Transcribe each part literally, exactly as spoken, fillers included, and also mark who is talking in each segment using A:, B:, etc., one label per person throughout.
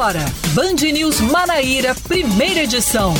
A: agora, Band News Manaíra, primeira edição.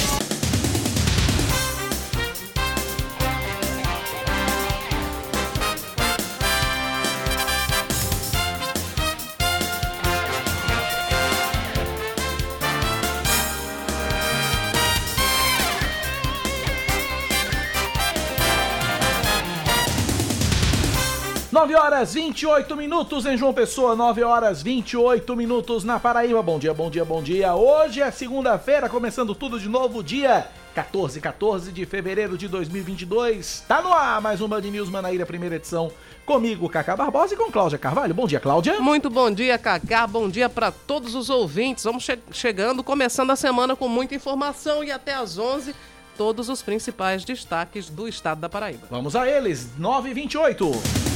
B: nove horas e vinte e oito minutos em João Pessoa, nove horas e vinte e oito minutos na Paraíba. Bom dia, bom dia, bom dia. Hoje é segunda-feira, começando tudo de novo, dia quatorze, quatorze de fevereiro de dois mil e vinte e dois. Tá no ar mais um Band News Manaíra, primeira edição. Comigo, Cacá Barbosa, e com Cláudia Carvalho. Bom dia, Cláudia.
C: Muito bom dia, Cacá. Bom dia para todos os ouvintes. Vamos che- chegando, começando a semana com muita informação e até às onze, todos os principais destaques do estado da Paraíba.
B: Vamos a eles, nove e vinte e oito.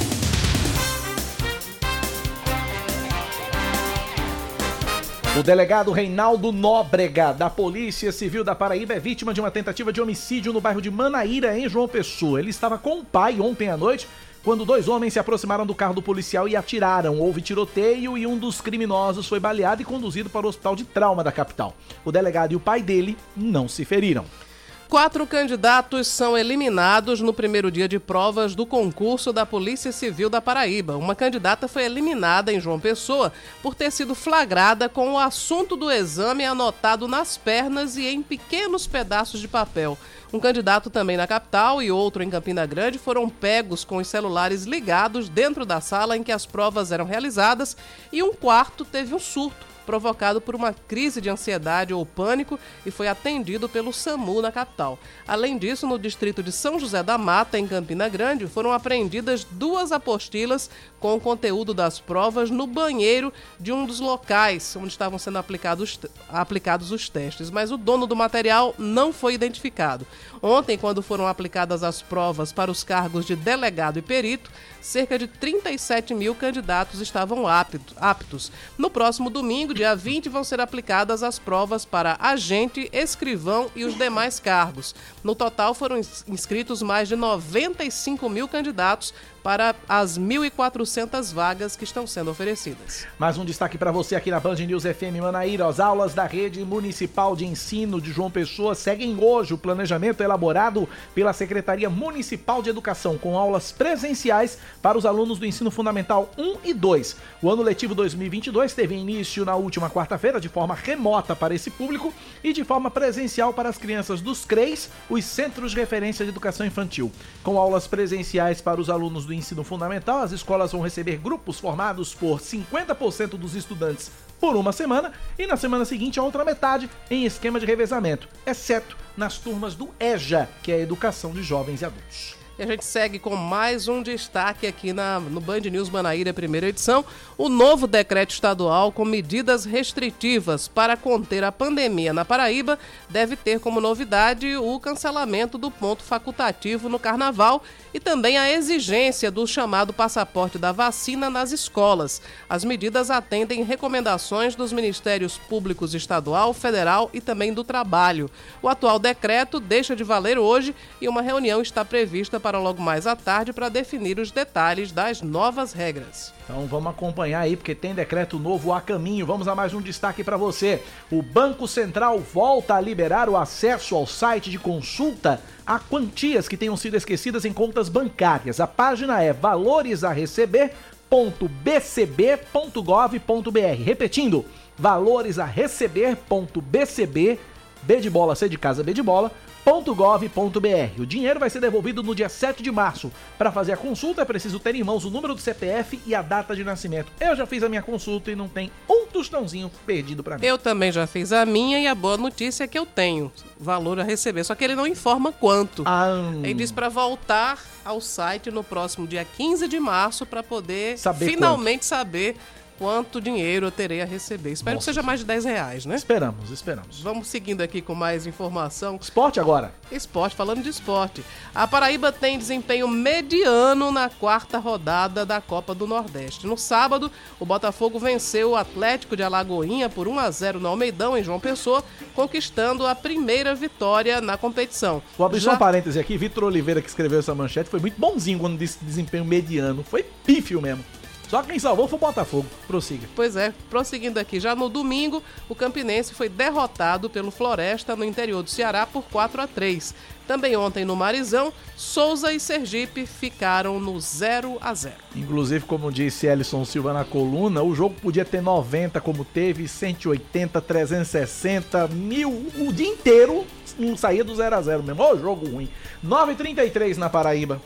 B: O delegado Reinaldo Nóbrega, da Polícia Civil da Paraíba, é vítima de uma tentativa de homicídio no bairro de Manaíra, em João Pessoa. Ele estava com o pai ontem à noite, quando dois homens se aproximaram do carro do policial e atiraram. Houve tiroteio e um dos criminosos foi baleado e conduzido para o hospital de trauma da capital. O delegado e o pai dele não se feriram.
C: Quatro candidatos são eliminados no primeiro dia de provas do concurso da Polícia Civil da Paraíba. Uma candidata foi eliminada em João Pessoa por ter sido flagrada com o assunto do exame anotado nas pernas e em pequenos pedaços de papel. Um candidato também na capital e outro em Campina Grande foram pegos com os celulares ligados dentro da sala em que as provas eram realizadas, e um quarto teve um surto provocado por uma crise de ansiedade ou pânico e foi atendido pelo SAMU na capital. Além disso, no distrito de São José da Mata, em Campina Grande, foram apreendidas duas apostilas com o conteúdo das provas no banheiro de um dos locais onde estavam sendo aplicados, aplicados os testes, mas o dono do material não foi identificado. Ontem, quando foram aplicadas as provas para os cargos de delegado e perito, cerca de trinta e sete mil candidatos estavam aptos. No próximo domingo, dia vinte, vão ser aplicadas as provas para agente, escrivão e os demais cargos. No total, foram inscritos mais de noventa e cinco mil candidatos para as mil e quatrocentas vagas que estão sendo oferecidas.
B: Mais um destaque para você aqui na Band News F M Manaíra. As aulas da Rede Municipal de Ensino de João Pessoa seguem hoje. O planejamento é elaborado pela Secretaria Municipal de Educação, com aulas presenciais para os alunos do Ensino Fundamental um e dois. O ano letivo dois mil e vinte e dois teve início na última quarta-feira de forma remota para esse público e de forma presencial para as crianças dos C R E Is, os Centros de Referência de Educação Infantil. Com aulas presenciais para os alunos do Ensino Fundamental, as escolas vão receber grupos formados por cinquenta por cento dos estudantes por uma semana e na semana seguinte a outra metade em esquema de revezamento, exceto nas turmas do EJA, que é a Educação de Jovens e Adultos.
C: E a gente segue com mais um destaque aqui na, no Band News Manaíra, primeira edição. O novo decreto estadual com medidas restritivas para conter a pandemia na Paraíba deve ter como novidade o cancelamento do ponto facultativo no Carnaval e também a exigência do chamado passaporte da vacina nas escolas. As medidas atendem recomendações dos Ministérios Públicos Estadual, Federal e também do Trabalho. O atual decreto deixa de valer hoje e uma reunião está prevista para logo mais à tarde para definir os detalhes das novas regras.
B: Então vamos acompanhar aí, porque tem decreto novo a caminho. Vamos a mais um destaque para você. O Banco Central volta a liberar o acesso ao site de consulta a quantias que tenham sido esquecidas em contas bancárias. A página é valores a receber ponto b c b ponto gov ponto b r. Repetindo, valores a receber ponto b c b, B de bola, C de casa, B de bola, .gov.br. O dinheiro vai ser devolvido no dia sete de março. Para fazer a consulta é preciso ter em mãos o número do C P F e a data de nascimento. Eu já fiz a minha consulta e não tem um tostãozinho perdido para mim.
C: Eu também já fiz a minha e a boa notícia é que eu tenho valor a receber, só que ele não informa quanto.
B: Ah.
C: Ele diz para voltar ao site no próximo dia quinze de março para poder
B: saber
C: finalmente
B: quanto.
C: saber quanto dinheiro eu terei a receber. Espero Nossa. que seja mais de dez reais, né?
B: Esperamos, esperamos.
C: Vamos seguindo aqui com mais informação.
B: Esporte agora.
C: Esporte, falando de esporte. A Paraíba tem desempenho mediano na quarta rodada da Copa do Nordeste. No sábado, o Botafogo venceu o Atlético de Alagoinha por um a zero no Almeidão, em João Pessoa, conquistando a primeira vitória na competição.
B: Vou abrir Já... só um parêntese aqui. Vitor Oliveira, que escreveu essa manchete, foi muito bonzinho quando disse desempenho mediano. Foi pífio mesmo. Só quem salvou foi o Botafogo. Prossiga.
C: Pois é, prosseguindo aqui, já no domingo, o Campinense foi derrotado pelo Floresta no interior do Ceará por quatro a três. Também ontem no Marizão, Souza e Sergipe ficaram no zero a zero.
B: Inclusive, como disse Elison Silva na coluna, o jogo podia ter noventa, como teve, cento e oitenta, trezentos e sessenta, mil, o dia inteiro não saía do zero a zero mesmo. Ô, jogo ruim. nove e trinta e três na Paraíba.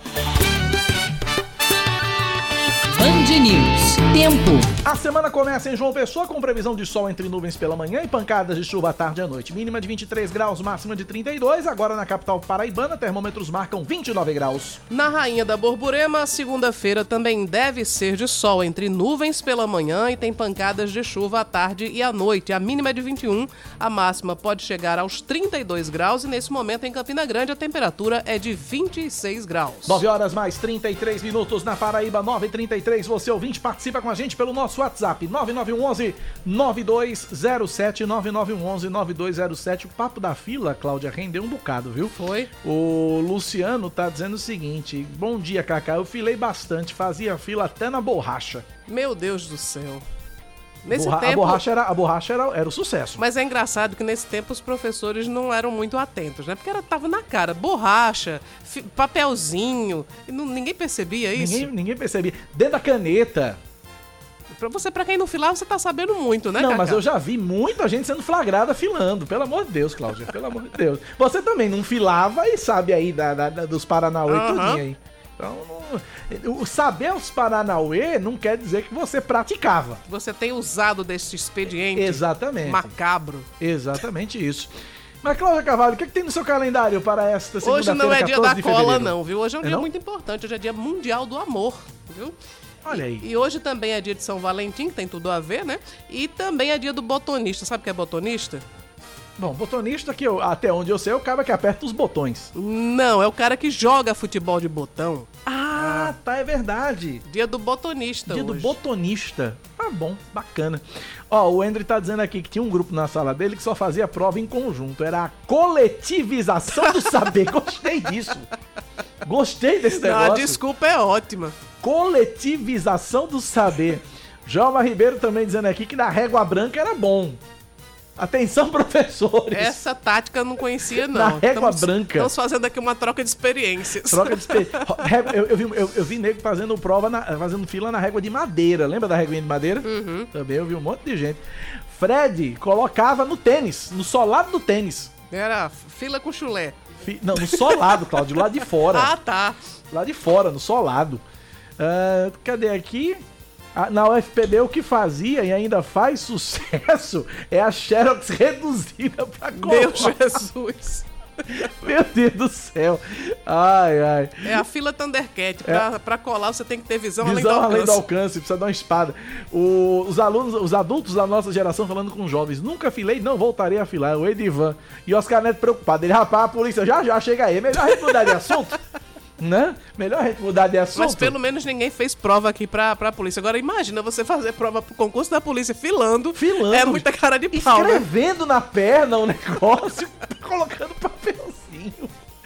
A: Band News. Tempo.
B: A semana começa em João Pessoa com previsão de sol entre nuvens pela manhã e pancadas de chuva à tarde e à noite. Mínima de vinte e três graus, máxima de trinta e dois. Agora na capital paraibana, termômetros marcam vinte e nove graus.
C: Na Rainha da Borborema, segunda-feira também deve ser de sol entre nuvens pela manhã e tem pancadas de chuva à tarde e à noite. A mínima é de vinte e um, a máxima pode chegar aos trinta e dois graus e nesse momento em Campina Grande a temperatura é de vinte e seis graus.
B: nove horas mais trinta e três minutos na Paraíba, nove e trinta e três. Você ouvinte participa com a gente pelo nosso WhatsApp nove nove um um nove dois zero sete, nove nove um um nove dois zero sete. O papo da fila, Cláudia, rendeu um bocado, viu?
C: Foi.
B: O Luciano tá dizendo o seguinte: bom dia, Cacá, eu filei bastante, fazia fila até na borracha.
C: Meu Deus do céu. Nesse
B: Borra-
C: tempo...
B: A borracha, era, a borracha era, era o sucesso.
C: Mas é engraçado que nesse tempo os professores não eram muito atentos, né? Porque era, tava na cara, borracha, fi- papelzinho, e não- ninguém percebia isso.
B: Ninguém, ninguém percebia. Dentro da caneta.
C: Pra você, pra quem não filar, você tá sabendo muito, né,
B: Não,
C: Cacá?
B: mas eu já vi muita gente sendo flagrada filando. Pelo amor de Deus, Cláudia. Pelo amor de Deus. Você também não filava e sabe aí da, da- da- dos Paranauê
C: Aham.
B: tudinho aí. Então, não- o saber os Paranauê não quer dizer que você praticava.
C: Você tem usado desse expediente
B: Exatamente.
C: macabro.
B: Exatamente isso. Mas, Cláudia Carvalho, o que, é que tem no seu calendário para esta segunda-feira,
C: Hoje não é dia
B: catorze
C: da
B: de
C: cola,
B: fevereiro?
C: não, viu? Hoje é um
B: É
C: dia
B: não?
C: muito importante, hoje é dia mundial do amor, viu?
B: Olha aí.
C: E hoje também é dia de São Valentim, que tem tudo a ver, né? E também é dia do botonista. Sabe o que é botonista?
B: Bom, botonista, que eu, até onde eu sei, é o cara que aperta os botões.
C: Não, é o cara que joga futebol de botão.
B: Ah, tá, é verdade.
C: Dia do botonista
B: Dia
C: hoje.
B: do botonista. Tá bom, bacana. Ó, o André tá dizendo aqui que tinha um grupo na sala dele que só fazia prova em conjunto. Era a coletivização do saber. Gostei disso. Gostei desse
C: Não,
B: negócio.
C: a desculpa é ótima.
B: Coletivização do saber. Jalma Ribeiro também dizendo aqui que na régua branca era bom. Atenção, professores.
C: Essa tática eu não conhecia, não.
B: Na régua
C: Estamos-
B: branca.
C: Estamos fazendo aqui uma troca de experiências.
B: Troca de experiência. eu, eu, vi, eu, eu vi nego fazendo prova, na- fazendo fila na régua de madeira. Lembra da réguinha de madeira?
C: Uhum.
B: Também eu vi um monte de gente. Fred colocava no tênis, no solado do tênis.
C: Era fila com chulé.
B: Fi- Não, no solado, Cláudio, lá de fora.
C: Ah, tá.
B: Lá de fora, no solado. Ah, cadê aqui? Ah, na U F P B o que fazia e ainda faz sucesso é a Xerox reduzida pra colar.
C: Meu Jesus.
B: Meu Deus do céu. Ai, ai.
C: É a fila Thundercat. Pra, pra colar você tem que ter visão,
B: É. Visão
C: além do
B: além do
C: alcance.
B: alcance, precisa dar uma espada. O- os alunos, os adultos da nossa geração falando com os jovens. Nunca filei, não voltarei a filar. O Edivan. E Oscar Neto preocupado. Ele, rapaz, a polícia já já chega aí. Melhor a gente mudar de assunto. Né? Melhor a gente mudar de assunto.
C: Mas pelo menos ninguém fez prova aqui pra, pra polícia. Agora imagina você fazer prova pro concurso da polícia filando.
B: Filando.
C: É muita cara de pau, né?
B: Escrevendo na perna o negócio, colocando papelzinho.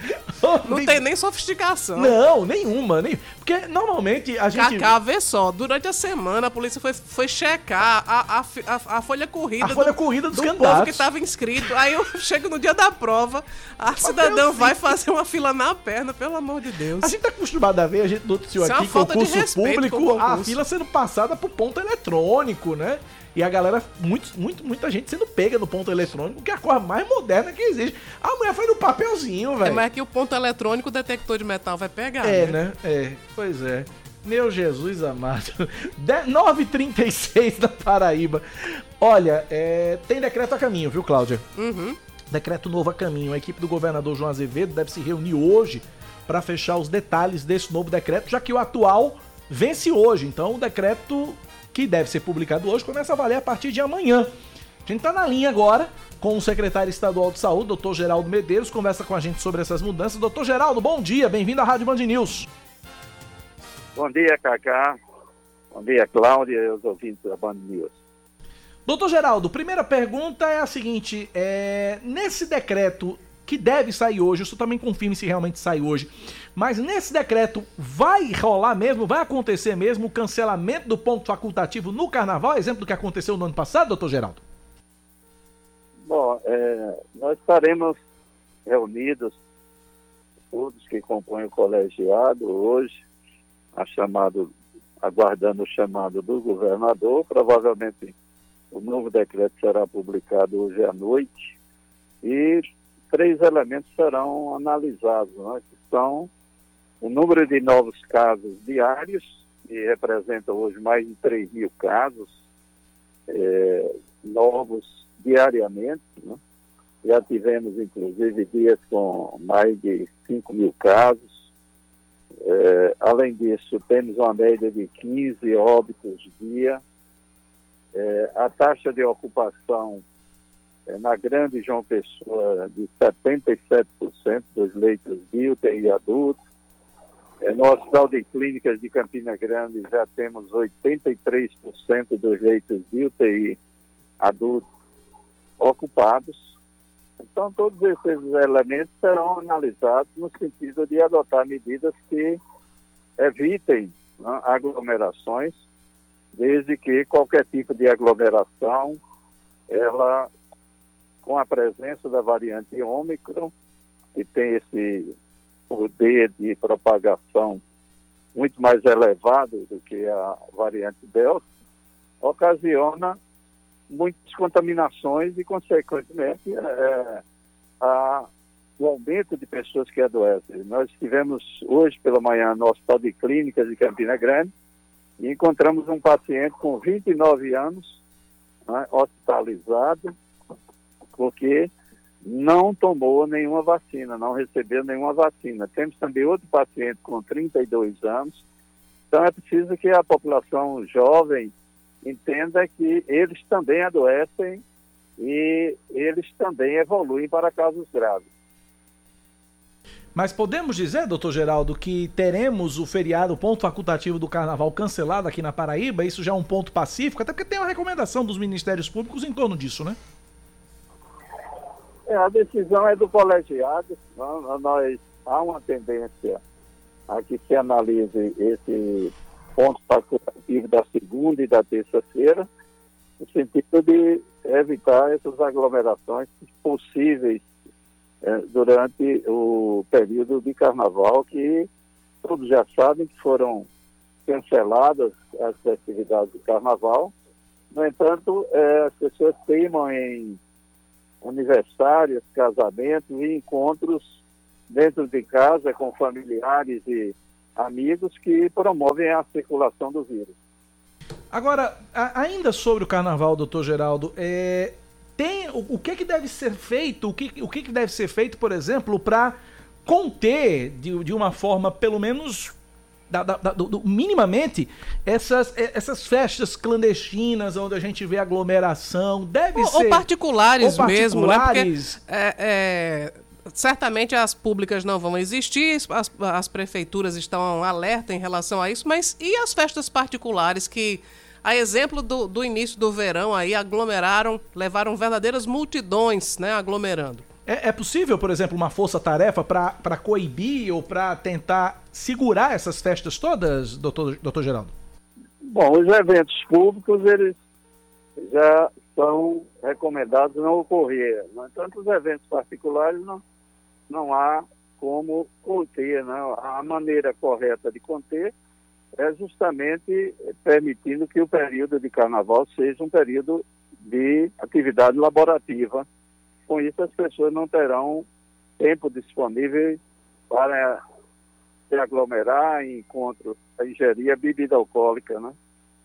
C: Não tem nem sofisticação.
B: Não, nenhuma. Nem... Porque normalmente a gente...
C: Cacá, vê só, durante a semana a polícia foi, foi checar a, a, fi- a, a folha corrida
B: A folha
C: do,
B: corrida dos
C: do
B: candidatos.
C: povo que estava inscrito. Aí eu chego no dia da prova, a cidadã vai fazer uma fila na perna, pelo amor de Deus.
B: A gente tá acostumado a ver, a gente noticiou
C: Isso é
B: aqui,
C: uma falta de
B: concurso
C: respeito
B: público,
C: com o
B: a
C: concurso.
B: fila sendo passada pro ponto eletrônico, né? E a galera, muito, muito, muita gente sendo pega no ponto eletrônico, que é a coisa mais moderna que existe. A mulher foi no papelzinho,
C: É,
B: velho.
C: mas aqui o ponto eletrônico, o detector de metal vai pegar,
B: É,
C: né?
B: né? É, pois é. Meu Jesus amado. nove e trinta e seis da Paraíba. Olha, é, tem decreto a caminho, viu, Cláudia?
C: Uhum.
B: Decreto novo a caminho. A equipe do governador João Azevedo deve se reunir hoje para fechar os detalhes desse novo decreto, já que o atual vence hoje. Então, o decreto que deve ser publicado hoje começa a valer a partir de amanhã. A gente tá na linha agora com o secretário estadual de saúde, doutor Geraldo Medeiros, conversa com a gente sobre essas mudanças. Doutor Geraldo, bom dia, bem-vindo à Rádio Band News.
D: Bom dia, Cacá. Bom dia, Cláudia e os ouvintes da Band News.
B: Doutor Geraldo, primeira pergunta é a seguinte, é, nesse decreto que deve sair hoje, isso também confirme se realmente sai hoje, mas nesse decreto vai rolar mesmo, vai acontecer mesmo o cancelamento do ponto facultativo no carnaval, exemplo do que aconteceu no ano passado, doutor Geraldo?
D: Bom, é, nós estaremos reunidos, todos que compõem o colegiado, hoje, a chamado, aguardando o chamado do governador. Provavelmente o novo decreto será publicado hoje à noite e três elementos serão analisados, né, que são o número de novos casos diários, que representa hoje mais de três mil casos é, novos diariamente, né? Já tivemos, inclusive, dias com mais de cinco mil casos. É, além disso, temos uma média de quinze óbitos dia. É, a taxa de ocupação é, na Grande João Pessoa de setenta e sete por cento dos leitos de U T I adultos. É, no Hospital de Clínicas de Campina Grande já temos oitenta e três por cento dos leitos de U T I adultos ocupados. Então, todos esses elementos serão analisados no sentido de adotar medidas que evitem, né, aglomerações, desde que qualquer tipo de aglomeração, ela, com a presença da variante Ômicron, que tem esse poder de propagação muito mais elevado do que a variante Delta, ocasiona muitas contaminações e, consequentemente, é, a, o aumento de pessoas que adoecem. Nós estivemos hoje pela manhã no Hospital de Clínicas de Campina Grande e encontramos um paciente com vinte e nove anos, né, hospitalizado, porque não tomou nenhuma vacina, não recebeu nenhuma vacina. Temos também outro paciente com trinta e dois anos. Então é preciso que a população jovem entenda que eles também adoecem e eles também evoluem para casos graves.
B: Mas podemos dizer, doutor Geraldo, que teremos o feriado, o ponto facultativo do carnaval cancelado aqui na Paraíba? Isso já é um ponto pacífico, até porque tem uma recomendação dos ministérios públicos em torno disso, né?
D: É, a decisão é do colegiado. Nós, há uma tendência a que se analise esse ponto facultativo da segunda e da terça-feira, no sentido de evitar essas aglomerações possíveis eh, durante o período de carnaval, que todos já sabem que foram canceladas as festividades de carnaval. No entanto, eh, as pessoas teimam em aniversários, casamentos e encontros dentro de casa com familiares e amigos que promovem a circulação do vírus.
B: Agora, a, ainda sobre o carnaval, doutor Geraldo, é, tem, o, o que que deve ser feito, o que, o que que deve ser feito, por exemplo, para conter de, de uma forma, pelo menos, da, da, da, do, do, minimamente, essas, essas festas clandestinas, onde a gente vê aglomeração, deve
C: ou,
B: ser...
C: Ou particulares,
B: ou
C: mesmo,
B: particulares,
C: né? Porque, é, é... certamente as públicas não vão existir, as, as prefeituras estão alerta em relação a isso, mas e as festas particulares que, a exemplo do, do início do verão, aí aglomeraram, levaram verdadeiras multidões, né, aglomerando?
B: É, é possível, por exemplo, uma força-tarefa para coibir ou para tentar segurar essas festas todas, doutor, doutor Geraldo?
D: Bom, os eventos públicos, eles já são recomendados não ocorrer. No entanto, os eventos particulares não não há como conter, né? A maneira correta de conter é justamente permitindo que o período de carnaval seja um período de atividade laborativa. Com isso, as pessoas não terão tempo disponível para se aglomerar em encontros, para ingerir a bebida alcoólica, né?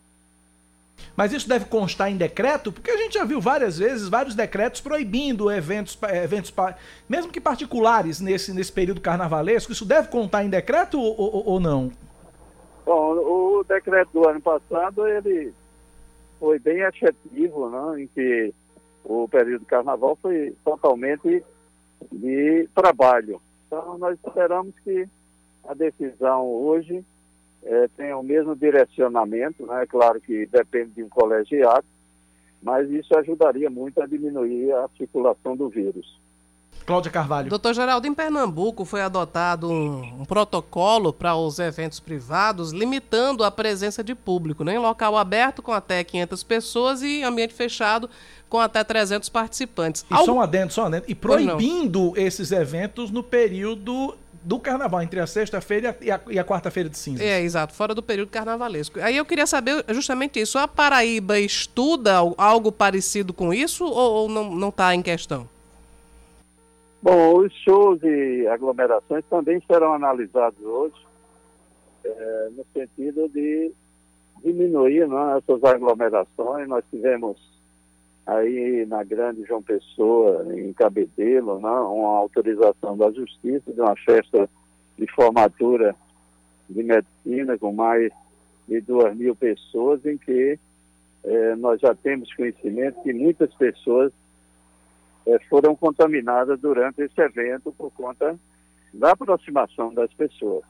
B: Mas isso deve constar em decreto? Porque a gente já viu várias vezes, vários decretos proibindo eventos, eventos mesmo que particulares, nesse, nesse período carnavalesco. Isso deve constar em decreto ou, ou, ou não?
D: Bom, o decreto do ano passado, ele foi bem efetivo, né, em que o período de carnaval foi totalmente de trabalho. Então, nós esperamos que a decisão hoje É, tem o mesmo direcionamento, né? Claro que depende de um colegiado, mas isso ajudaria muito a diminuir a circulação do vírus.
B: Cláudia Carvalho.
C: Doutor Geraldo, em Pernambuco foi adotado um, um protocolo para os eventos privados, limitando a presença de público, né? Em local aberto com até quinhentas pessoas e ambiente fechado com até trezentos participantes.
B: E Algo... só um adendo, só um adendo. E proibindo esses eventos no período do carnaval, entre a sexta-feira e a, e a quarta-feira de cinzas.
C: É, exato, fora do período carnavalesco. Aí eu queria saber justamente isso. A Paraíba estuda algo parecido com isso ou, ou não está em questão?
D: Bom, os shows e aglomerações também serão analisados hoje, é, no sentido de diminuir, né, essas aglomerações. Nós tivemos aí na Grande João Pessoa, em Cabedelo, né, uma autorização da Justiça de uma festa de formatura de medicina com mais de duas mil pessoas, em que é, nós já temos conhecimento que muitas pessoas É, foram contaminadas durante esse evento por conta da aproximação das pessoas.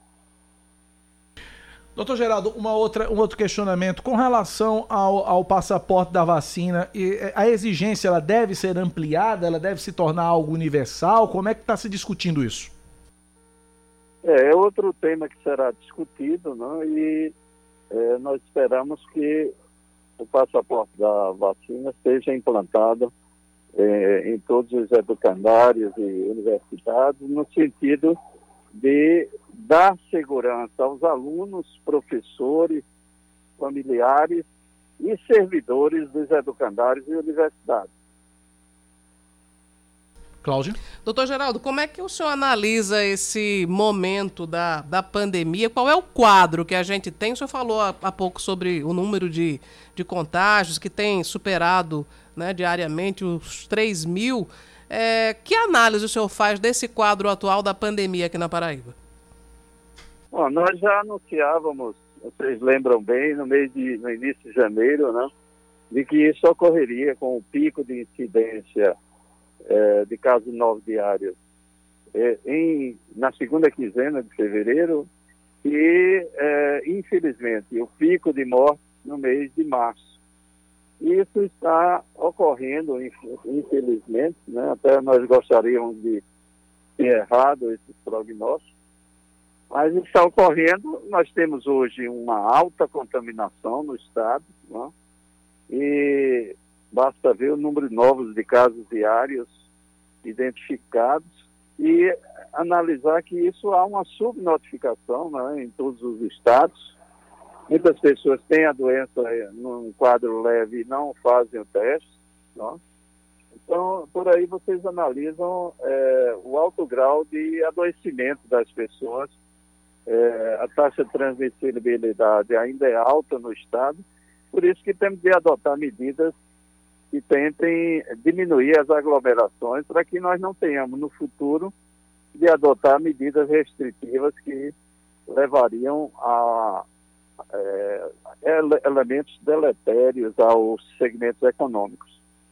B: Doutor Geraldo, uma outra, um outro questionamento com relação ao, ao passaporte da vacina. E a exigência ela deve ser ampliada, ela deve se tornar algo universal? Como é que está se discutindo isso?
D: É, é outro tema que será discutido, né? E é, nós esperamos que o passaporte da vacina seja implantado É, em todos os educandários e universidades, no sentido de dar segurança aos alunos, professores, familiares e servidores dos educandários e universidades.
B: Cláudia?
C: Doutor Geraldo, como é que o senhor analisa esse momento da, da pandemia? Qual é o quadro que a gente tem? O senhor falou há, há pouco sobre o número de, de contágios que tem superado, né, diariamente os três mil. É, que análise o senhor faz desse quadro atual da pandemia aqui na Paraíba?
D: Bom, nós já anunciávamos, vocês lembram bem, no, mês de, no início de janeiro, né, de que isso ocorreria com o pico de incidência É, de casos novos diários é, em, na segunda quinzena de fevereiro e, é, infelizmente, o pico de morte no mês de março. Isso está ocorrendo, infelizmente, né? Até nós gostaríamos de ter errado esses prognósticos, mas está ocorrendo. Nós temos hoje uma alta contaminação no estado, né? E basta ver o número de novos de casos diários identificados e analisar que isso há uma subnotificação, né, em todos os estados. Muitas pessoas têm a doença num quadro leve e não fazem o teste, né? Então, por aí vocês analisam é, o alto grau de adoecimento das pessoas. É, a taxa de transmissibilidade ainda é alta no estado, por isso que temos de adotar medidas que tentem diminuir as aglomerações para que nós não tenhamos no futuro de adotar medidas restritivas que levariam a é, elementos deletérios aos segmentos econômicos.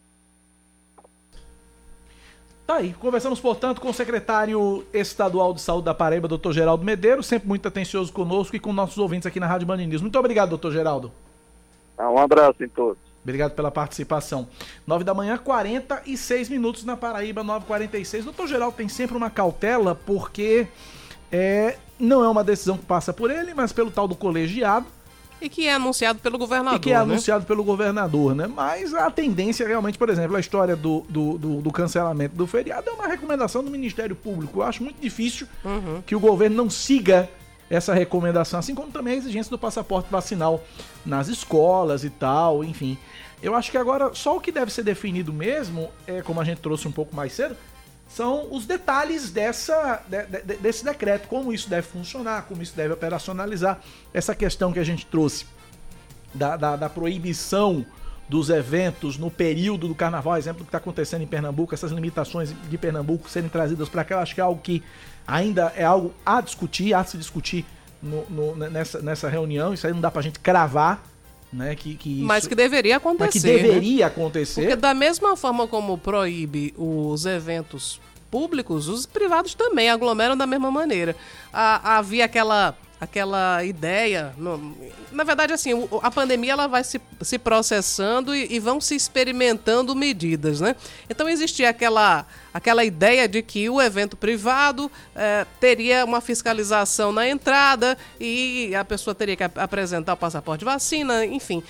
B: Tá aí, conversamos, portanto, com o secretário estadual de saúde da Paraíba, doutor Geraldo Medeiros, sempre muito atencioso conosco e com nossos ouvintes aqui na Rádio Band News. Muito obrigado, doutor Geraldo.
D: Um abraço em todos.
B: Obrigado pela participação. nove da manhã, quarenta e seis minutos na Paraíba, nove e quarenta e seis. Doutor Geraldo tem sempre uma cautela, porque é, não é uma decisão que passa por ele, mas pelo tal do colegiado.
C: E que é anunciado pelo governador,
B: E que é
C: né?
B: anunciado pelo governador, né? Mas a tendência realmente, por exemplo, a história do, do, do, do cancelamento do feriado é uma recomendação do Ministério Público. Eu acho muito difícil uhum. que o governo não siga essa recomendação, assim como também a exigência do passaporte vacinal nas escolas e tal, enfim. Eu acho que agora só o que deve ser definido mesmo, é como a gente trouxe um pouco mais cedo, são os detalhes dessa, de, de, desse decreto, como isso deve funcionar, como isso deve operacionalizar, essa questão que a gente trouxe da, da, da proibição dos eventos no período do carnaval, exemplo do que está acontecendo em Pernambuco, essas limitações de Pernambuco serem trazidas para cá, eu acho que é algo que ainda é algo a discutir, a se discutir no, no, nessa, nessa reunião. Isso aí não dá pra gente cravar, né? Que, que isso,
C: mas que deveria acontecer.
B: Mas que deveria
C: né?
B: acontecer.
C: Porque da mesma forma como proíbe os eventos públicos, os privados também aglomeram da mesma maneira. Ah, havia aquela aquela ideia, no, na verdade assim, a pandemia ela vai se, se processando e, e vão se experimentando medidas, né? Então existia aquela, aquela ideia de que o evento privado eh, teria uma fiscalização na entrada e a pessoa teria que apresentar o passaporte de vacina, enfim,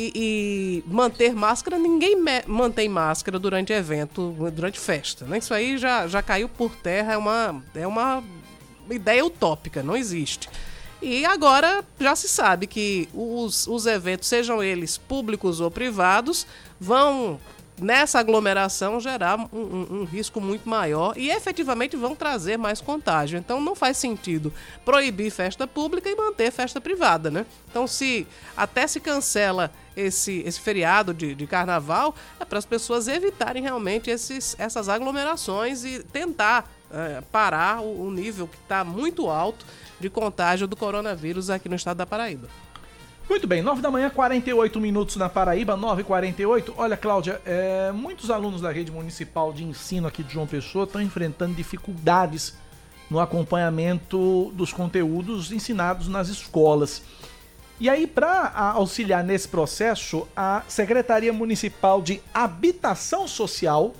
C: e, e manter máscara. Ninguém me, mantém máscara durante evento, durante festa, né? Isso aí já, já caiu por terra, é uma, é uma ideia utópica, não existe. E agora já se sabe que os, os eventos, sejam eles públicos ou privados, vão, nessa aglomeração, gerar um, um, um risco muito maior e efetivamente vão trazer mais contágio. Então não faz sentido proibir festa pública e manter festa privada, né? Então se até se cancela esse, esse feriado de, de carnaval, é para as pessoas evitarem realmente esses, essas aglomerações e tentar é, parar o, o nível que está muito alto de contágio do coronavírus aqui no estado da Paraíba.
B: Muito bem, nove da manhã, quarenta e oito minutos na Paraíba, nove e quarenta e oito. Olha, Cláudia, é, muitos alunos da rede municipal de ensino aqui de João Pessoa estão enfrentando dificuldades no acompanhamento dos conteúdos ensinados nas escolas. E aí, para auxiliar nesse processo, a Secretaria Municipal de Habitação Social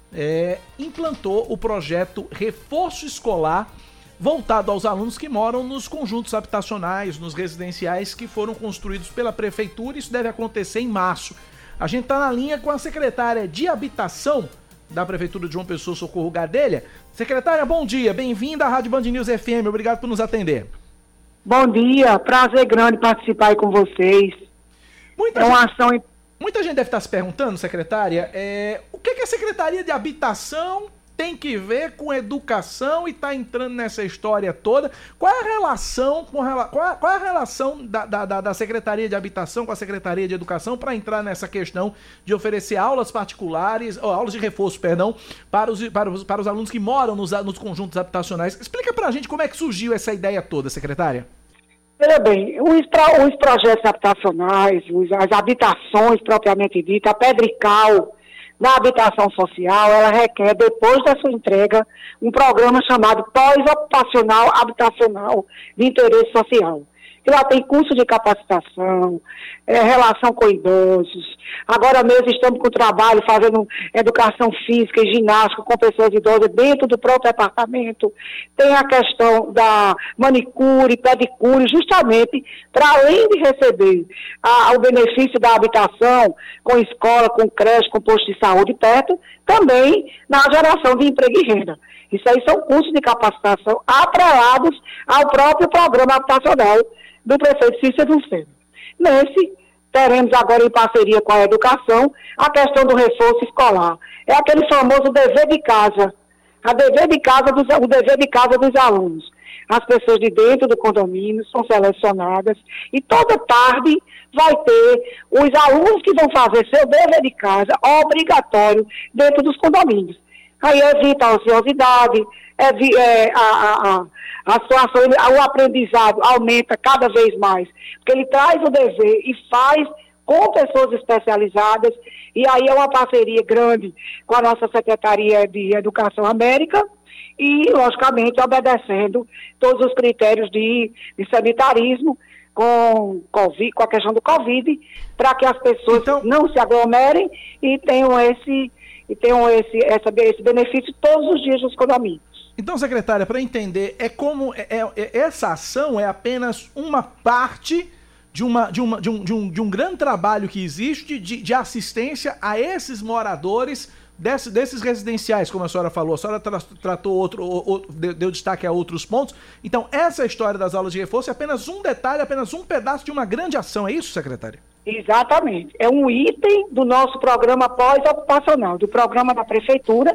B: é, implantou o projeto Reforço Escolar, voltado aos alunos que moram nos conjuntos habitacionais, nos residenciais que foram construídos pela Prefeitura. Isso deve acontecer em março. A gente está na linha com a secretária de Habitação da Prefeitura de João Pessoa, Socorro Gadelha. Secretária, bom dia, bem-vinda à Rádio Band News F M, obrigado por nos atender.
E: Bom dia, prazer grande participar aí com vocês.
B: Muita
E: é uma
B: gente...
E: ação...
B: Muita gente deve estar se perguntando, secretária, é... o que, que a Secretaria de Habitação tem que ver com educação e está entrando nessa história toda. Qual é a relação, com rela... qual, é, qual é a relação da, da, da Secretaria de Habitação com a Secretaria de Educação para entrar nessa questão de oferecer aulas particulares, ou aulas de reforço, perdão, para os, para os, para os alunos que moram nos, nos conjuntos habitacionais? Explica para a gente como é que surgiu essa ideia toda, secretária.
E: Veja bem, os, pro, os projetos habitacionais, os, as habitações propriamente dita, a Pedrical, na habitação social, ela requer, depois da sua entrega, um programa chamado Pós-Ocupacional Habitacional de Interesse Social. Que lá tem curso de capacitação, é, relação com idosos. Agora mesmo estamos com o trabalho fazendo educação física e ginástica com pessoas idosas dentro do próprio apartamento. Tem a questão da manicure, pedicure, justamente para além de receber a, o benefício da habitação com escola, com creche, com posto de saúde perto, também na geração de emprego e renda. Isso aí são cursos de capacitação atrelados ao próprio programa habitacional do prefeito Cícero Lucena. Nesse, teremos agora em parceria com a educação a questão do reforço escolar. É aquele famoso dever de casa, a dever de casa dos, o dever de casa dos alunos. As pessoas de dentro do condomínio são selecionadas e toda tarde vai ter os alunos que vão fazer seu dever de casa obrigatório dentro dos condomínios. Aí evita a ociosidade, evi, é, a, a, a, a situação, o aprendizado aumenta cada vez mais, porque ele traz o dever e faz com pessoas especializadas, e aí é uma parceria grande com a nossa Secretaria de Educação América, e, logicamente, obedecendo todos os critérios de, de sanitarismo, com, COVID, com a questão do Covid, para que as pessoas então não se aglomerem e tenham esse... e tenham esse, essa, esse benefício todos os dias nos condomínios.
B: Então, secretária, para entender, é como é, é, essa ação é apenas uma parte de, uma, de, uma, de, um, de, um, de um grande trabalho que existe de, de assistência a esses moradores desse, desses residenciais, como a senhora falou. A senhora tra tratou outro, outro, deu destaque a outros pontos. Então, essa história das aulas de reforço é apenas um detalhe, apenas um pedaço de uma grande ação. É isso, secretária?
E: Exatamente. É um item do nosso programa pós-ocupacional, do programa da Prefeitura,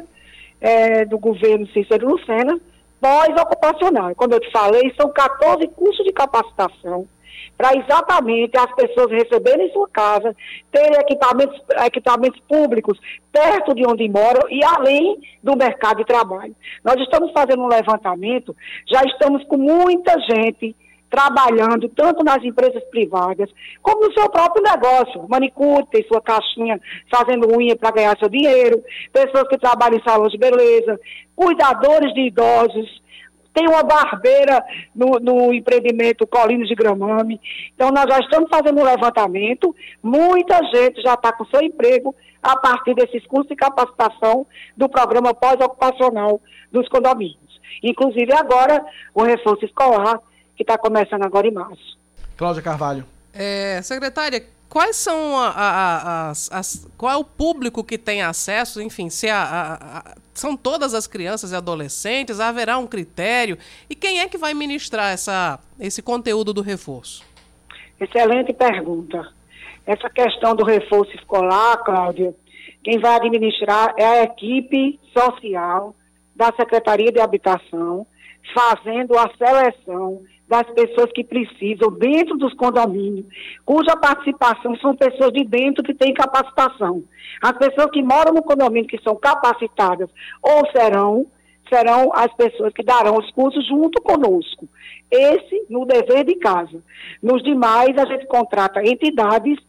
E: é, do governo Cícero Lucena, pós-ocupacional. Como eu te falei, são quatorze cursos de capacitação para exatamente as pessoas receberem em sua casa, terem equipamentos, equipamentos públicos perto de onde moram e além do mercado de trabalho. Nós estamos fazendo um levantamento, já estamos com muita gente trabalhando tanto nas empresas privadas como no seu próprio negócio. Manicure tem sua caixinha fazendo unha para ganhar seu dinheiro, pessoas que trabalham em salões de beleza, cuidadores de idosos, tem uma barbeira no, no empreendimento Colinas de Gramame. Então, nós já estamos fazendo um levantamento, muita gente já está com seu emprego a partir desses cursos de capacitação do programa pós-ocupacional dos condomínios. Inclusive, agora, o reforço escolar, que está começando agora em março.
B: Cláudia Carvalho.
C: É, secretária, quais são a, a, a, as, as, qual é o público que tem acesso, enfim, se a, a, a, são todas as crianças e adolescentes, haverá um critério, e quem é que vai ministrar essa, esse conteúdo do reforço?
E: Excelente pergunta. Essa questão do reforço escolar, Cláudia, quem vai administrar é a equipe social da Secretaria de Habitação, fazendo a seleção das pessoas que precisam dentro dos condomínios, cuja participação são pessoas de dentro que têm capacitação. As pessoas que moram no condomínio que são capacitadas ou serão, serão as pessoas que darão os cursos junto conosco. Esse no dever de casa. Nos demais, a gente contrata entidades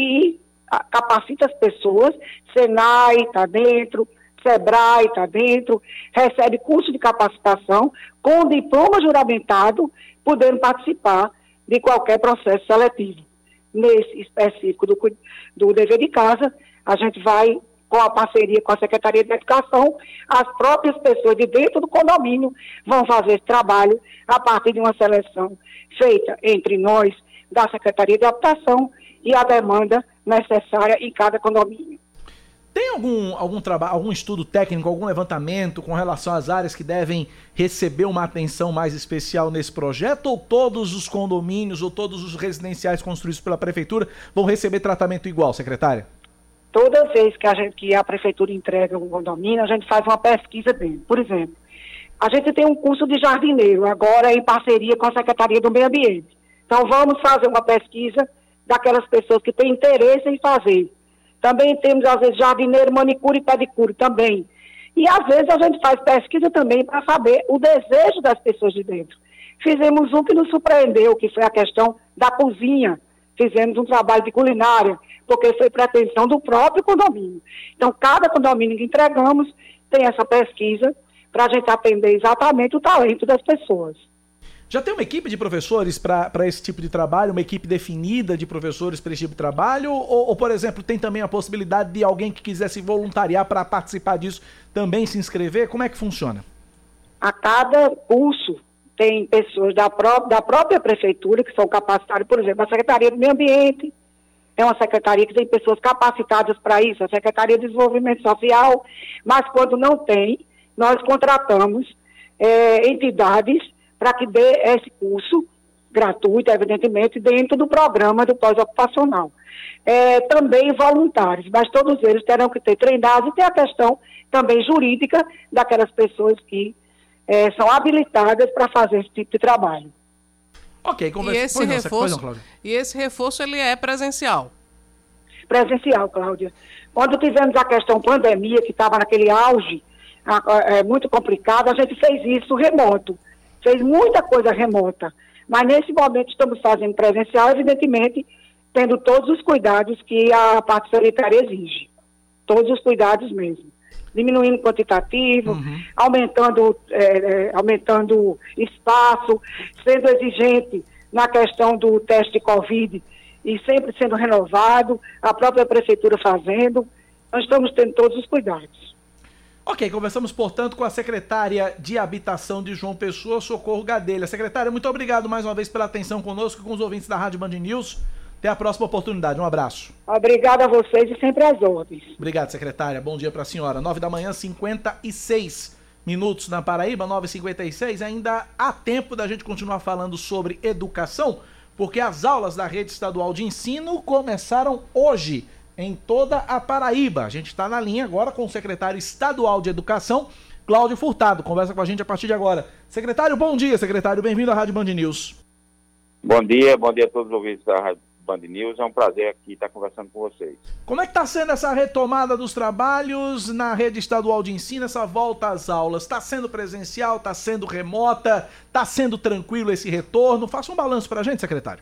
E: e capacita as pessoas, Senai está dentro, Sebrae está dentro, recebe curso de capacitação com diploma juramentado, podendo participar de qualquer processo seletivo. Nesse específico do, do dever de casa, a gente vai, com a parceria com a Secretaria de Educação, as próprias pessoas de dentro do condomínio vão fazer esse trabalho a partir de uma seleção feita entre nós, da Secretaria de Habitação, e a demanda necessária em cada condomínio.
B: Tem algum, algum trabalho, algum estudo técnico, algum levantamento com relação às áreas que devem receber uma atenção mais especial nesse projeto? Ou todos os condomínios ou todos os residenciais construídos pela Prefeitura vão receber tratamento igual, secretária?
E: Toda vez que a, gente, que a Prefeitura entrega um condomínio, a gente faz uma pesquisa dele. Por exemplo, a gente tem um curso de jardineiro, agora em parceria com a Secretaria do Meio Ambiente. Então, vamos fazer uma pesquisa daquelas pessoas que têm interesse em fazer. Também temos, às vezes, jardineiro, manicure e pedicure também. E, às vezes, a gente faz pesquisa também para saber o desejo das pessoas de dentro. Fizemos um que nos surpreendeu, que foi a questão da cozinha. Fizemos um trabalho de culinária, porque foi pretensão do próprio condomínio. Então, cada condomínio que entregamos tem essa pesquisa para a gente atender exatamente o talento das pessoas.
B: Já tem uma equipe de professores para esse tipo de trabalho, uma equipe definida de professores para esse tipo de trabalho? Ou, ou, por exemplo, tem também a possibilidade de alguém que quiser se voluntariar para participar disso também se inscrever? Como é que funciona?
E: A cada curso tem pessoas da, pró da própria prefeitura que são capacitadas, por exemplo, a Secretaria do Meio Ambiente, é uma secretaria que tem pessoas capacitadas para isso, a Secretaria de Desenvolvimento Social, mas quando não tem, nós contratamos é, entidades para que dê esse curso gratuito, evidentemente, dentro do programa do pós-ocupacional. É, também voluntários, mas todos eles terão que ter treinados e ter a questão também jurídica daquelas pessoas que é, são habilitadas para fazer esse tipo de trabalho.
B: Ok, conversa.
C: E esse
B: pois
C: reforço,
B: não, Cláudia.
C: e esse reforço ele é presencial?
E: Presencial, Cláudia. Quando tivemos a questão pandemia, que estava naquele auge, é, muito complicado, a gente fez isso remoto. Fez muita coisa remota, mas nesse momento estamos fazendo presencial, evidentemente, tendo todos os cuidados que a parte sanitária exige. Todos os cuidados mesmo. Diminuindo o quantitativo, uhum. aumentando, é, aumentando espaço, sendo exigente na questão do teste de Covid e sempre sendo renovado, a própria prefeitura fazendo. Nós estamos tendo todos os cuidados.
B: Ok, conversamos, portanto, com a secretária de Habitação de João Pessoa, Socorro Gadelha. Secretária, muito obrigado mais uma vez pela atenção conosco e com os ouvintes da Rádio Band News. Até a próxima oportunidade. Um abraço.
E: Obrigada a vocês e sempre às ordens.
B: Obrigado, secretária. Bom dia para a senhora. nove da manhã, cinquenta e seis minutos na Paraíba, nove e cinquenta e seis. Ainda há tempo da gente continuar falando sobre educação, porque as aulas da Rede Estadual de Ensino começaram hoje em toda a Paraíba. A gente está na linha agora com o secretário estadual de Educação, Cláudio Furtado. Conversa com a gente a partir de agora. Secretário, bom dia, secretário. Bem-vindo à Rádio Band News.
F: Bom dia, bom dia a todos os ouvintes da Rádio Band News. É um prazer aqui estar conversando com vocês.
B: Como é que está sendo essa retomada dos trabalhos na Rede Estadual de Ensino, essa volta às aulas? Está sendo presencial, está sendo remota, está sendo tranquilo esse retorno? Faça um balanço para a gente, secretário.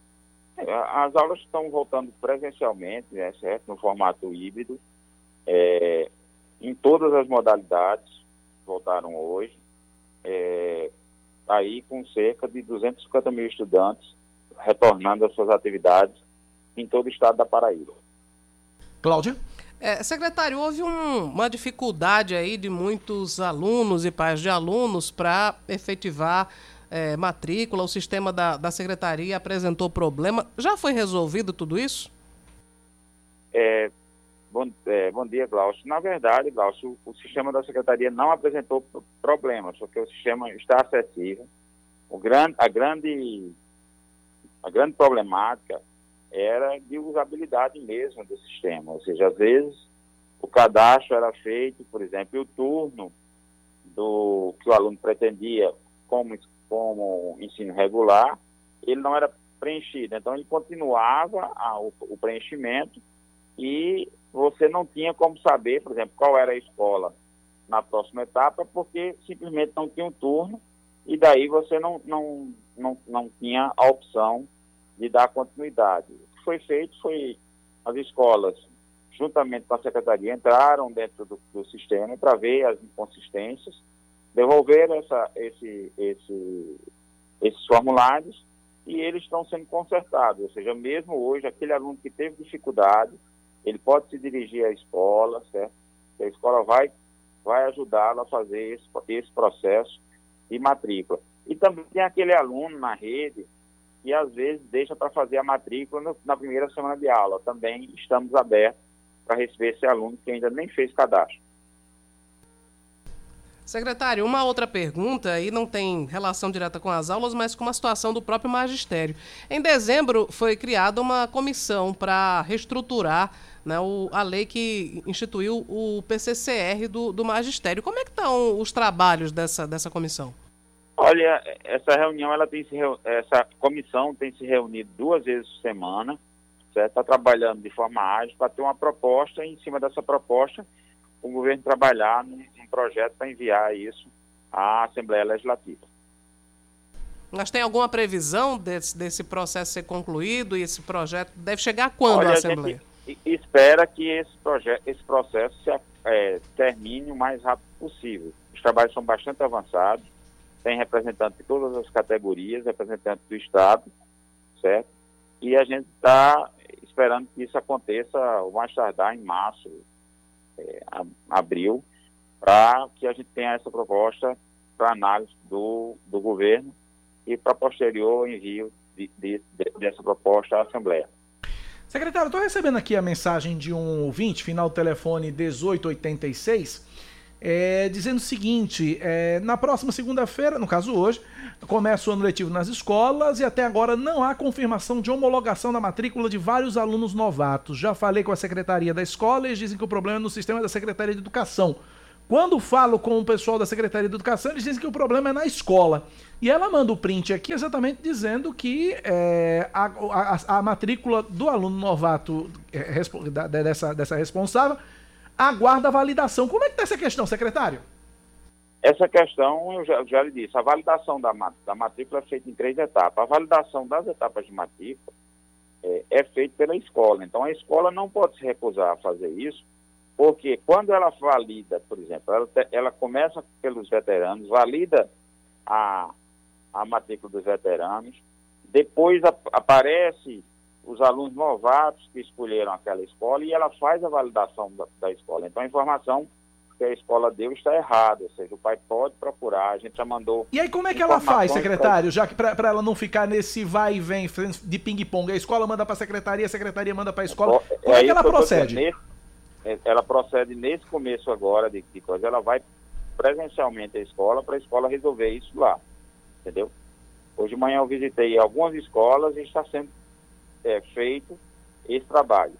F: As aulas estão voltando presencialmente, né, certo? No formato híbrido, é, em todas as modalidades, voltaram hoje. É, aí com cerca de duzentos e cinquenta mil estudantes retornando às suas atividades em todo o estado da Paraíba.
B: Cláudia?
C: É, secretário, houve um, uma dificuldade aí de muitos alunos e pais de alunos para efetivar é, matrícula. O sistema da, da secretaria apresentou problema. Já foi resolvido tudo isso?
F: É, bom, é, bom dia, Glaucio. Na verdade, Glaucio, o, o sistema da secretaria não apresentou problemas, porque o sistema está acessível. O grande, a, grande, a grande problemática era de usabilidade mesmo do sistema, ou seja, às vezes o cadastro era feito, por exemplo, e o turno do que o aluno pretendia como, como ensino regular, ele não era preenchido, então ele continuava a, o, o preenchimento e você não tinha como saber, por exemplo, qual era a escola na próxima etapa, porque simplesmente não tinha um turno e daí você não, não, não, não tinha a opção de dar continuidade. O que foi feito foi as escolas, juntamente com a secretaria, entraram dentro do, do sistema para ver as inconsistências, devolver essa, esse, esse, esses formulários e eles estão sendo consertados. Ou seja, mesmo hoje, aquele aluno que teve dificuldade, ele pode se dirigir à escola, certo? A escola vai, vai ajudá-lo a fazer esse, esse processo de matrícula. E também tem aquele aluno na rede e às vezes deixa para fazer a matrícula no, na primeira semana de aula. Também estamos abertos para receber esse aluno que ainda nem fez cadastro.
C: Secretário, uma outra pergunta, aí não tem relação direta com as aulas, mas com uma situação do próprio magistério. Em dezembro foi criada uma comissão para reestruturar, né, o, a lei que instituiu o P C C R do, do magistério. Como é que estão os trabalhos dessa, dessa comissão?
F: Olha, essa reunião, ela tem se reu... essa comissão tem se reunido duas vezes por semana, certo? Está trabalhando de forma ágil para ter uma proposta e, em cima dessa proposta, o governo trabalhar num, num projeto para enviar isso à Assembleia Legislativa.
C: Mas tem alguma previsão desse, desse processo ser concluído e esse projeto deve chegar quando
F: Olha,
C: à Assembleia?
F: A gente espera que esse, projeto, esse processo se, é, termine o mais rápido possível. Os trabalhos são bastante avançados. Tem representantes de todas as categorias, representantes do Estado, certo? E a gente está esperando que isso aconteça o mais tardar em março, é, abril, para que a gente tenha essa proposta para análise do, do governo e para posterior envio de, de, de, dessa proposta à Assembleia.
B: Secretário, estou recebendo aqui a mensagem de um ouvinte, final do telefone dezoito oitenta e seis, É, dizendo o seguinte, é, na próxima segunda-feira, no caso hoje, começa o ano letivo nas escolas e até agora não há confirmação de homologação da matrícula de vários alunos novatos. Já falei com a secretaria da escola e eles dizem que o problema é no sistema da Secretaria de Educação. Quando falo com o pessoal da Secretaria de Educação, eles dizem que o problema é na escola. E ela manda o print aqui exatamente dizendo que é, a, a, a matrícula do aluno novato é, da, dessa, dessa responsável aguarda a validação. Como é que está essa questão, secretário?
F: Essa questão, eu já, já lhe disse, a validação da, da matrícula é feita em três etapas. A validação das etapas de matrícula é, é feita pela escola. Então, a escola não pode se recusar a fazer isso, porque quando ela valida, por exemplo, ela, ela começa pelos veteranos, valida a, a matrícula dos veteranos, depois a, aparece os alunos novatos que escolheram aquela escola e ela faz a validação da, da escola. Então, a informação que a escola deu está errada, ou seja, o pai pode procurar, a gente já mandou...
B: E aí, como é que ela faz, secretário? Já que para ela não ficar nesse vai e vem de ping-pong, a escola manda para a secretaria, a secretaria manda para a escola, como é, é que ela procede?
F: Nesse, ela procede nesse começo agora de, de coisa, ela vai presencialmente à escola para a escola resolver isso lá, entendeu? Hoje de manhã eu visitei algumas escolas e está sendo é feito esse trabalho.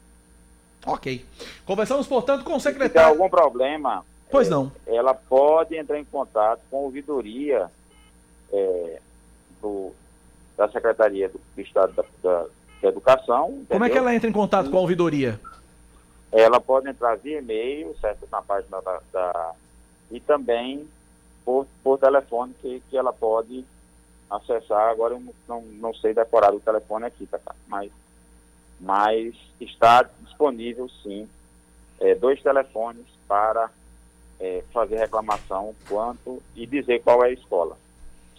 B: Ok. Conversamos, portanto, com o secretário.
F: Se tem algum problema,
B: pois
F: é,
B: não.
F: ela pode entrar em contato com a ouvidoria é, do, da Secretaria do, do Estado da, da, da Educação.
B: Como
F: entendeu?
B: é que ela entra em contato e, com a ouvidoria?
F: Ela pode entrar via e-mail, certo, na página da, da e também por, por telefone que, que ela pode acessar. Agora eu não, não sei decorar o telefone aqui, tá? mas, mas está disponível sim é, dois telefones para é, fazer reclamação quanto e dizer qual é a escola,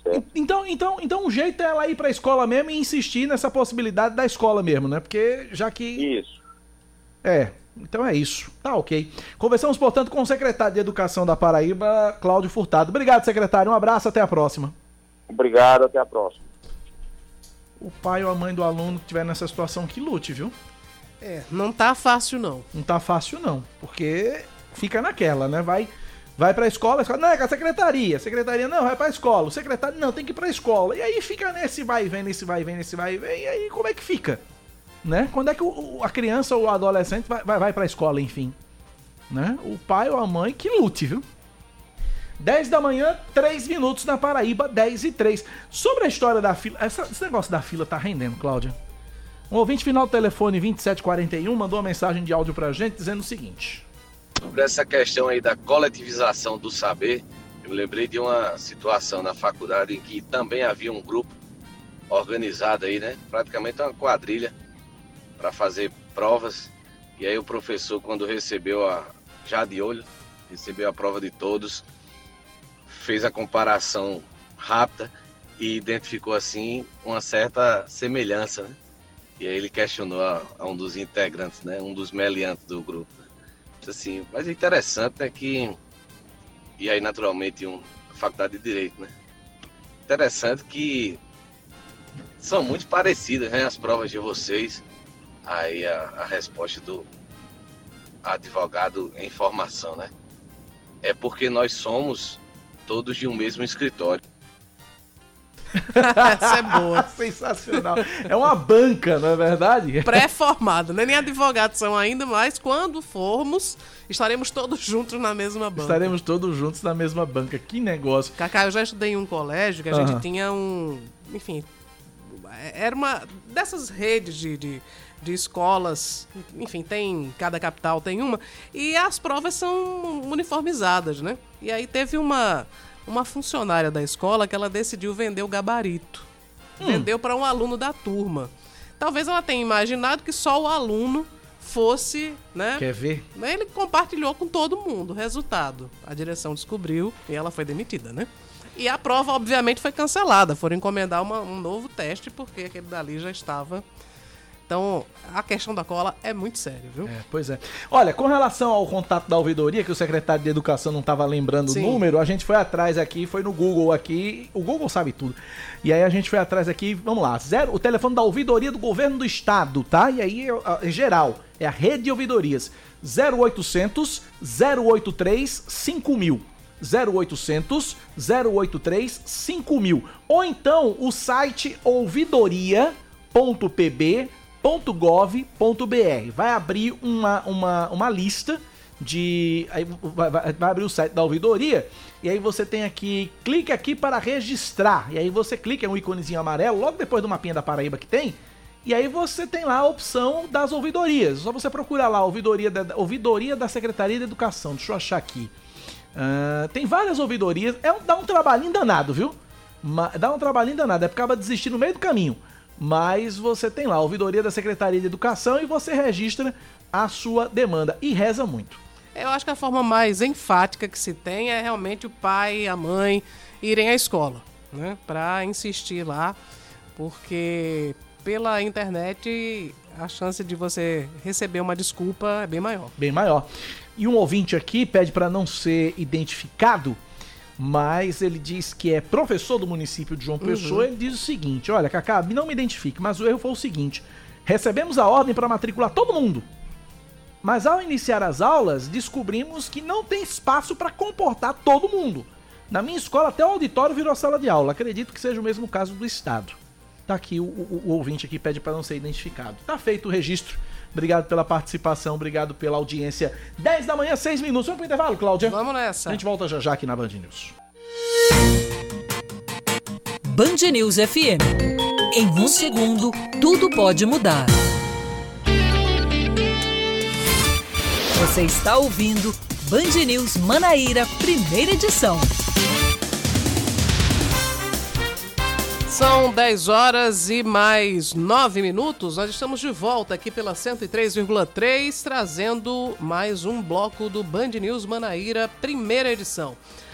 D: certo.
B: Então, então, então o jeito é ela ir para a escola mesmo e insistir nessa possibilidade da escola mesmo, né? Porque já que...
D: Isso.
B: É, então é isso. Tá ok. Conversamos, portanto, com o secretário de Educação da Paraíba, Cláudio Furtado. Obrigado, secretário. Um abraço, até a próxima.
D: Obrigado, até a próxima.
B: O pai ou a mãe do aluno que estiver nessa situação, que lute, viu?
C: É, não tá fácil não.
B: Não tá fácil não, porque fica naquela, né? Vai, vai pra escola, a escola, não, é com a secretaria. A secretaria, não, vai pra escola. O secretário, não, tem que ir pra escola. E aí fica nesse vai e vem, nesse vai e vem, nesse vai e vem. E aí como é que fica? Né? Quando é que o, a criança ou o adolescente vai, vai, vai pra escola, enfim? Né? O pai ou a mãe que lute, viu? dez da manhã, três minutos na Paraíba, dez e três. Sobre a história da fila, essa, esse negócio da fila tá rendendo, Cláudia. Um ouvinte final do telefone vinte e sete quarenta e um mandou uma mensagem de áudio pra gente dizendo o seguinte.
G: Sobre essa questão aí da coletivização do saber, eu me lembrei de uma situação na faculdade em que também havia um grupo organizado aí, né? Praticamente uma quadrilha para fazer provas. E aí o professor, quando recebeu a, já de olho, recebeu a prova de todos, fez a comparação rápida e identificou assim uma certa semelhança, né? E aí ele questionou a, a um dos integrantes, né? Um dos meliantes do grupo. Assim, mas é interessante, né, que... E aí, naturalmente, um, a faculdade de Direito, né? Interessante que são muito parecidas, né, as provas de vocês. Aí a, a resposta do advogado em formação, né? É porque nós somos todos de um mesmo escritório.
C: Essa é boa.
B: Sensacional. É uma banca, não é verdade?
C: Pré-formado, né? Nem advogados são ainda, mas quando formos, estaremos todos juntos na mesma banca.
B: Estaremos todos juntos na mesma banca. Que negócio.
C: Cacá, eu já estudei em um colégio que a
B: Uhum.
C: gente tinha um... Enfim, era uma dessas redes de, de, de escolas, enfim, tem... Cada capital tem uma, e as provas são uniformizadas, né? E aí teve uma... Uma funcionária da escola que ela decidiu vender o gabarito. Hum. Vendeu para um aluno da turma. Talvez ela tenha imaginado que só o aluno fosse, né?
B: Quer ver?
C: Ele compartilhou com todo mundo o resultado. A direção descobriu e ela foi demitida, né? E a prova, obviamente, foi cancelada. Foram encomendar uma, um novo teste porque aquele dali já estava... Então, a questão da cola é muito séria, viu?
B: É, pois é. Olha, com relação ao contato da ouvidoria, que o secretário de Educação não estava lembrando
C: Sim.
B: o número, a gente foi atrás aqui, foi no Google aqui, o Google sabe tudo. E aí a gente foi atrás aqui, vamos lá, zero, o telefone da ouvidoria do governo do estado, tá? E aí, é geral, é a rede de ouvidorias, zero oitocentos, zero oitenta e três, cinco mil. zero oitocentos, zero oitenta e três, cinco mil. Ou então, o site ouvidoria ponto p b ponto gov ponto b r. Vai abrir uma, uma, uma lista de... Aí vai, vai, vai abrir o site da ouvidoria e aí você tem aqui, clique aqui para registrar. E aí você clica, é um íconezinho amarelo, logo depois do mapinha da Paraíba que tem. E aí você tem lá a opção das ouvidorias. Só você procurar lá, ouvidoria da, ouvidoria da Secretaria de Educação. Deixa eu achar aqui. Uh, tem várias ouvidorias. É, dá um trabalhinho danado, viu? Dá um trabalhinho danado. É porque acaba de desistir no meio do caminho. Mas você tem lá a ouvidoria da Secretaria de Educação e você registra a sua demanda. E reza muito.
C: Eu acho que a forma mais enfática que se tem é realmente o pai e a mãe irem à escola, né? Para insistir lá, porque pela internet a chance de você receber uma desculpa é bem maior.
B: Bem maior. E um ouvinte aqui pede para não ser identificado, mas ele diz que é professor do município de João Pessoa. Uhum. Ele diz o seguinte: olha, Cacá, não me identifique, mas o erro foi o seguinte: recebemos a ordem para matricular todo mundo, mas ao iniciar as aulas descobrimos que não tem espaço para comportar todo mundo. Na minha escola até o auditório virou sala de aula. Acredito que seja o mesmo caso do estado. Tá aqui, o, o, o ouvinte aqui pede para não ser identificado. Tá feito o registro. Obrigado pela participação, obrigado pela audiência. dez da manhã, seis minutos. Vamos pro intervalo, Cláudia?
C: Vamos nessa.
B: A gente volta já já aqui na Band News.
A: Band News F M. Em um segundo, tudo pode mudar. Você está ouvindo Band News Manaíra, primeira edição.
C: São dez horas e mais nove minutos. Nós estamos de volta aqui pela cento e três vírgula três, trazendo mais um bloco do Band News Manaíra, primeira edição.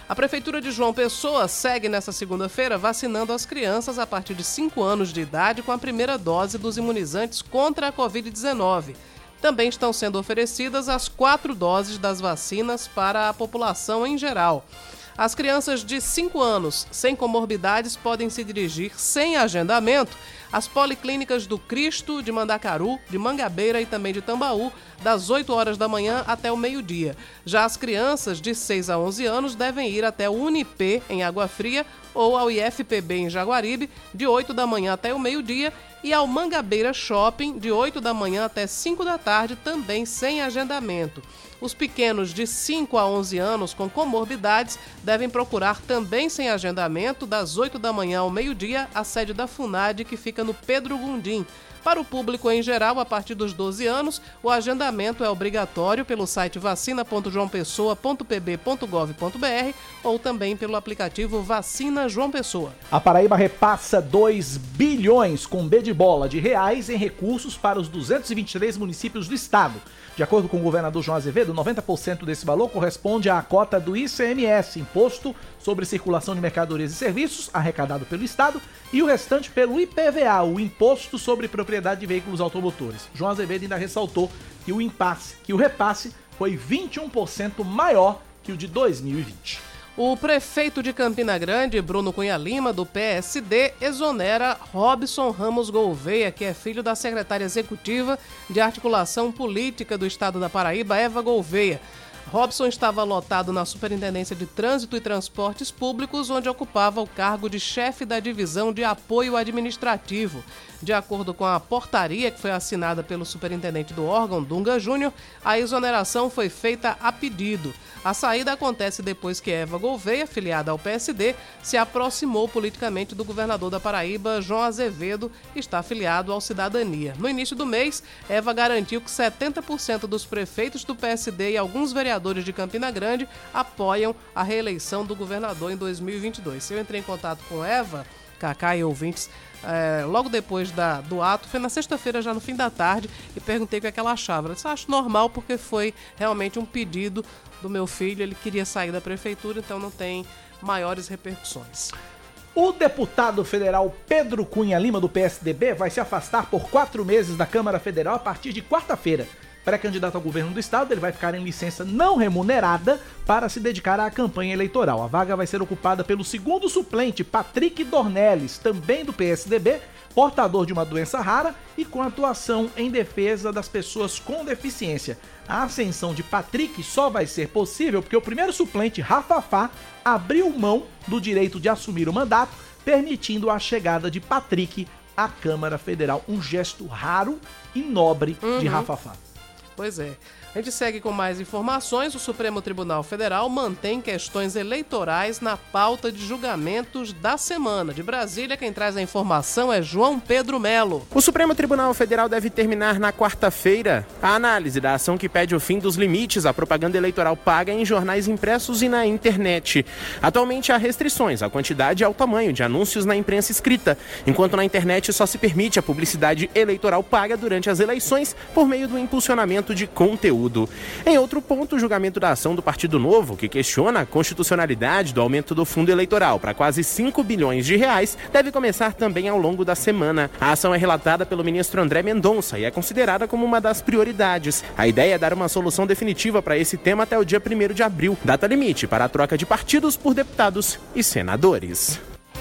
C: A Prefeitura de João Pessoa segue nesta segunda-feira vacinando as crianças a partir de cinco anos de idade com a primeira dose dos imunizantes contra a covid dezenove. Também estão sendo oferecidas as quatro doses das vacinas para a população em geral. As crianças de cinco anos sem comorbidades podem se dirigir sem agendamento às policlínicas do Cristo, de Mandacaru, de Mangabeira e também de Tambaú, das oito horas da manhã até o meio-dia. Já as crianças de seis a onze anos devem ir até o Unip, em Água Fria, ou ao I F P B, em Jaguaribe, de oito da manhã até o meio-dia, e ao Mangabeira Shopping, de oito da manhã até cinco da tarde, também sem agendamento. Os pequenos de cinco a onze anos com comorbidades devem procurar também sem agendamento, das oito da manhã ao meio-dia, a sede da FUNAD, que fica no Pedro Gundim. Para o público em geral, a partir dos doze anos, o agendamento é obrigatório pelo site vacina ponto joão pessoa ponto p b ponto gov ponto b r ou também pelo aplicativo Vacina João Pessoa.
B: A Paraíba repassa dois bilhões com B de bola de reais em recursos para os duzentos e vinte e três municípios do estado. De acordo com o governador João Azevedo, noventa por cento desse valor corresponde à cota do I C M S, Imposto sobre Circulação de Mercadorias e Serviços, arrecadado pelo Estado, e o restante pelo I P V A, o Imposto sobre Propriedade de Veículos Automotores. João Azevedo ainda ressaltou que o impasse, que o repasse foi vinte e um por cento maior que o de dois mil e vinte.
C: O prefeito de Campina Grande, Bruno Cunha Lima, do P S D, exonera Robson Ramos Gouveia, que é filho da secretária executiva de articulação política do estado da Paraíba, Eva Gouveia. Robson estava lotado na Superintendência de Trânsito e Transportes Públicos, onde ocupava o cargo de chefe da Divisão de Apoio Administrativo. De acordo com a portaria que foi assinada pelo superintendente do órgão, Dunga Júnior, a exoneração foi feita a pedido. A saída acontece depois que Eva Gouveia, filiada ao P S D, se aproximou politicamente do governador da Paraíba, João Azevedo, que está afiliado ao Cidadania. No início do mês, Eva garantiu que setenta por cento dos prefeitos do P S D e alguns vereadores de Campina Grande apoiam a reeleição do governador em dois mil e vinte e dois. Eu entrei em contato com Eva, Cacá e ouvintes, é, logo depois da, do ato, foi na sexta-feira, já no fim da tarde, e perguntei o que, é que ela achava. Ela disse, acho normal, porque foi realmente um pedido do meu filho, ele queria sair da prefeitura, então não tem maiores repercussões.
B: O deputado federal Pedro Cunha Lima, do P S D B, vai se afastar por quatro meses da Câmara Federal a partir de quarta-feira. Pré-candidato ao governo do estado, ele vai ficar em licença não remunerada para se dedicar à campanha eleitoral. A vaga vai ser ocupada pelo segundo suplente, Patrick Dornelles, também do P S D B, portador de uma doença rara e com atuação em defesa das pessoas com deficiência. A ascensão de Patrick só vai ser possível porque o primeiro suplente, Rafa Fá, abriu mão do direito de assumir o mandato, permitindo a chegada de Patrick à Câmara Federal. Um gesto raro e nobre uhum. de Rafa Fá.
C: Pois é. A gente segue com mais informações. O Supremo Tribunal Federal mantém questões eleitorais na pauta de julgamentos da semana. De Brasília, quem traz a informação é João Pedro Melo.
H: O Supremo Tribunal Federal deve terminar na quarta-feira a análise da ação que pede o fim dos limites à propaganda eleitoral paga em jornais impressos e na internet. Atualmente há restrições à quantidade e ao tamanho de anúncios na imprensa escrita, enquanto na internet só se permite a publicidade eleitoral paga durante as eleições por meio do impulsionamento de conteúdo. Em outro ponto, o julgamento da ação do Partido Novo, que questiona a constitucionalidade do aumento do fundo eleitoral para quase cinco bilhões de reais, deve começar também ao longo da semana. A ação é relatada pelo ministro André Mendonça e é considerada como uma das prioridades. A ideia é dar uma solução definitiva para esse tema até o dia primeiro de abril, data limite para a troca de partidos por deputados e senadores.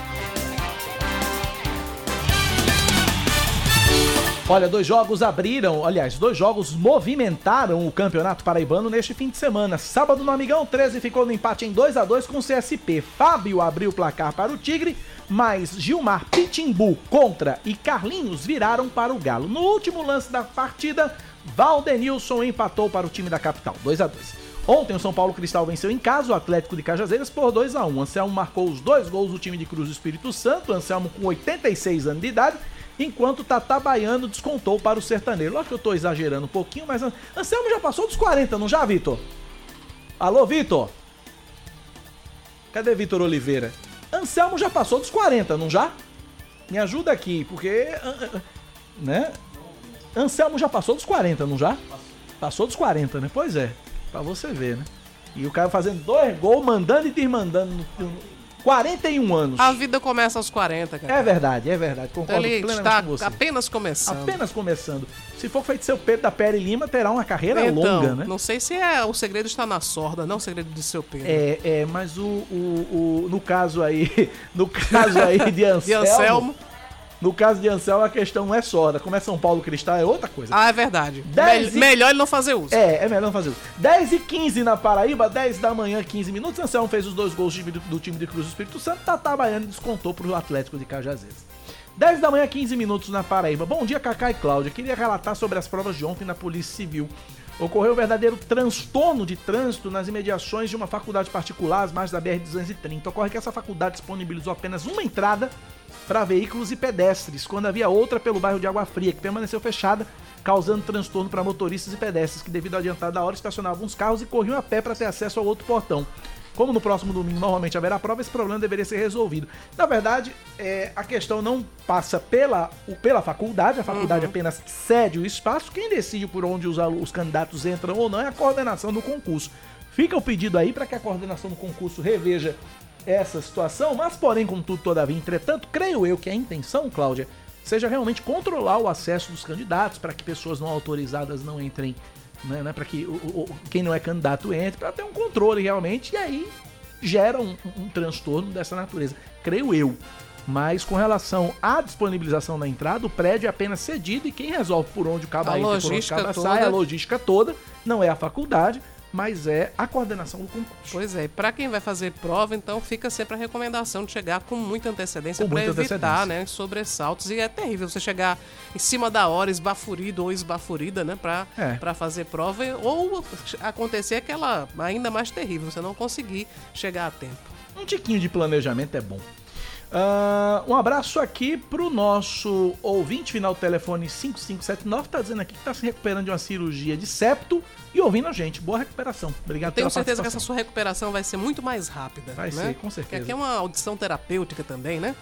B: Olha, dois jogos abriram, aliás, dois jogos movimentaram o Campeonato Paraibano neste fim de semana. Sábado no Amigão, treze ficou no empate em dois a dois com o C S P. Fábio abriu o placar para o Tigre, mas Gilmar Pitimbu contra e Carlinhos viraram para o Galo. No último lance da partida, Valdenilson empatou para o time da capital, dois a dois. Ontem o São Paulo Cristal venceu em casa o Atlético de Cajazeiras por dois a um. Anselmo marcou os dois gols do time de Cruz do Espírito Santo, Anselmo com oitenta e seis anos de idade, enquanto Tata Baiano descontou para o Sertaneiro. Lógico que eu tô exagerando um pouquinho, mas Anselmo já passou dos quarenta, não já, Vitor? Alô, Vitor? Cadê Vitor Oliveira? Anselmo já passou dos quarenta, não já? Me ajuda aqui, porque... né? Anselmo já passou dos quarenta, não já? Passou dos quarenta, né? Pois é, pra você ver, né? E o cara fazendo dois gols, mandando e desmandando no, no quarenta e um anos.
C: A vida começa aos quarenta, cara.
B: É verdade, é verdade. Concordo
C: Ele
B: plenamente
C: está
B: com você.
C: apenas começando.
B: Apenas começando. Se for feito seu Pedro da Pere Lima, terá uma carreira
C: então,
B: longa, né?
C: Não sei se é o segredo está na sorda, não o segredo de seu Pedro.
B: É, é, mas o, o, o no caso aí, no caso aí de Anselmo,
C: de Anselmo,
B: no caso de Anselmo a questão não é sorda. Como é São Paulo Cristal é outra coisa.
C: Ah, é verdade.
B: dez
C: Me- e... Melhor ele não fazer uso.
B: É, é melhor não fazer uso. dez e quinze na Paraíba, dez da manhã, quinze minutos. Anselmo fez os dois gols de, do time de Cruz do Espírito Santo. Tatá Baiano descontou pro Atlético de Cajazeiras. dez da manhã, quinze minutos na Paraíba. Bom dia, Cacá e Cláudia. Queria relatar sobre as provas de ontem na Polícia Civil. Ocorreu um verdadeiro transtorno de trânsito nas imediações de uma faculdade particular, às margens da B R duzentos e trinta. Ocorre que essa faculdade disponibilizou apenas uma entrada para veículos e pedestres, quando havia outra pelo bairro de Água Fria, que permaneceu fechada, causando transtorno para motoristas e pedestres, que devido ao adiantado da hora estacionavam uns carros e corriam a pé para ter acesso ao outro portão. Como no próximo domingo normalmente haverá prova, esse problema deveria ser resolvido. Na verdade, é, a questão não passa pela, pela faculdade, a faculdade uhum. apenas cede o espaço. Quem decide por onde os, os candidatos entram ou não é a coordenação do concurso. Fica o pedido aí para que a coordenação do concurso reveja essa situação, mas porém, contudo, todavia, entretanto, creio eu que a intenção, Cláudia, seja realmente controlar o acesso dos candidatos para que pessoas não autorizadas não entrem, né, né, para que o, o, quem não é candidato entre, para ter um controle realmente, e aí gera um, um, um transtorno dessa natureza, creio eu. Mas com relação à disponibilização da entrada, o prédio é apenas cedido e quem resolve por onde o cabo entra e por onde o cabo sai, a logística toda, não é a faculdade, mas é a coordenação do concurso.
C: Pois é, para quem vai fazer prova, então fica sempre a recomendação de chegar com muita antecedência para evitar, né, sobressaltos. E é terrível você chegar em cima da hora, esbaforido ou esbaforida, né, para é. para fazer prova, ou acontecer aquela ainda mais terrível, você não conseguir chegar a tempo.
B: Um tiquinho de planejamento é bom. Uh, um abraço aqui pro nosso ouvinte, final do telefone cinco cinco sete nove, tá dizendo aqui que tá se recuperando de uma cirurgia de septo e ouvindo a gente. Boa recuperação. Obrigado pela participação.
C: Tenho certeza que essa sua recuperação vai ser muito mais rápida.
B: Vai
C: né?
B: ser, com certeza.
C: Porque aqui é uma audição terapêutica também, né?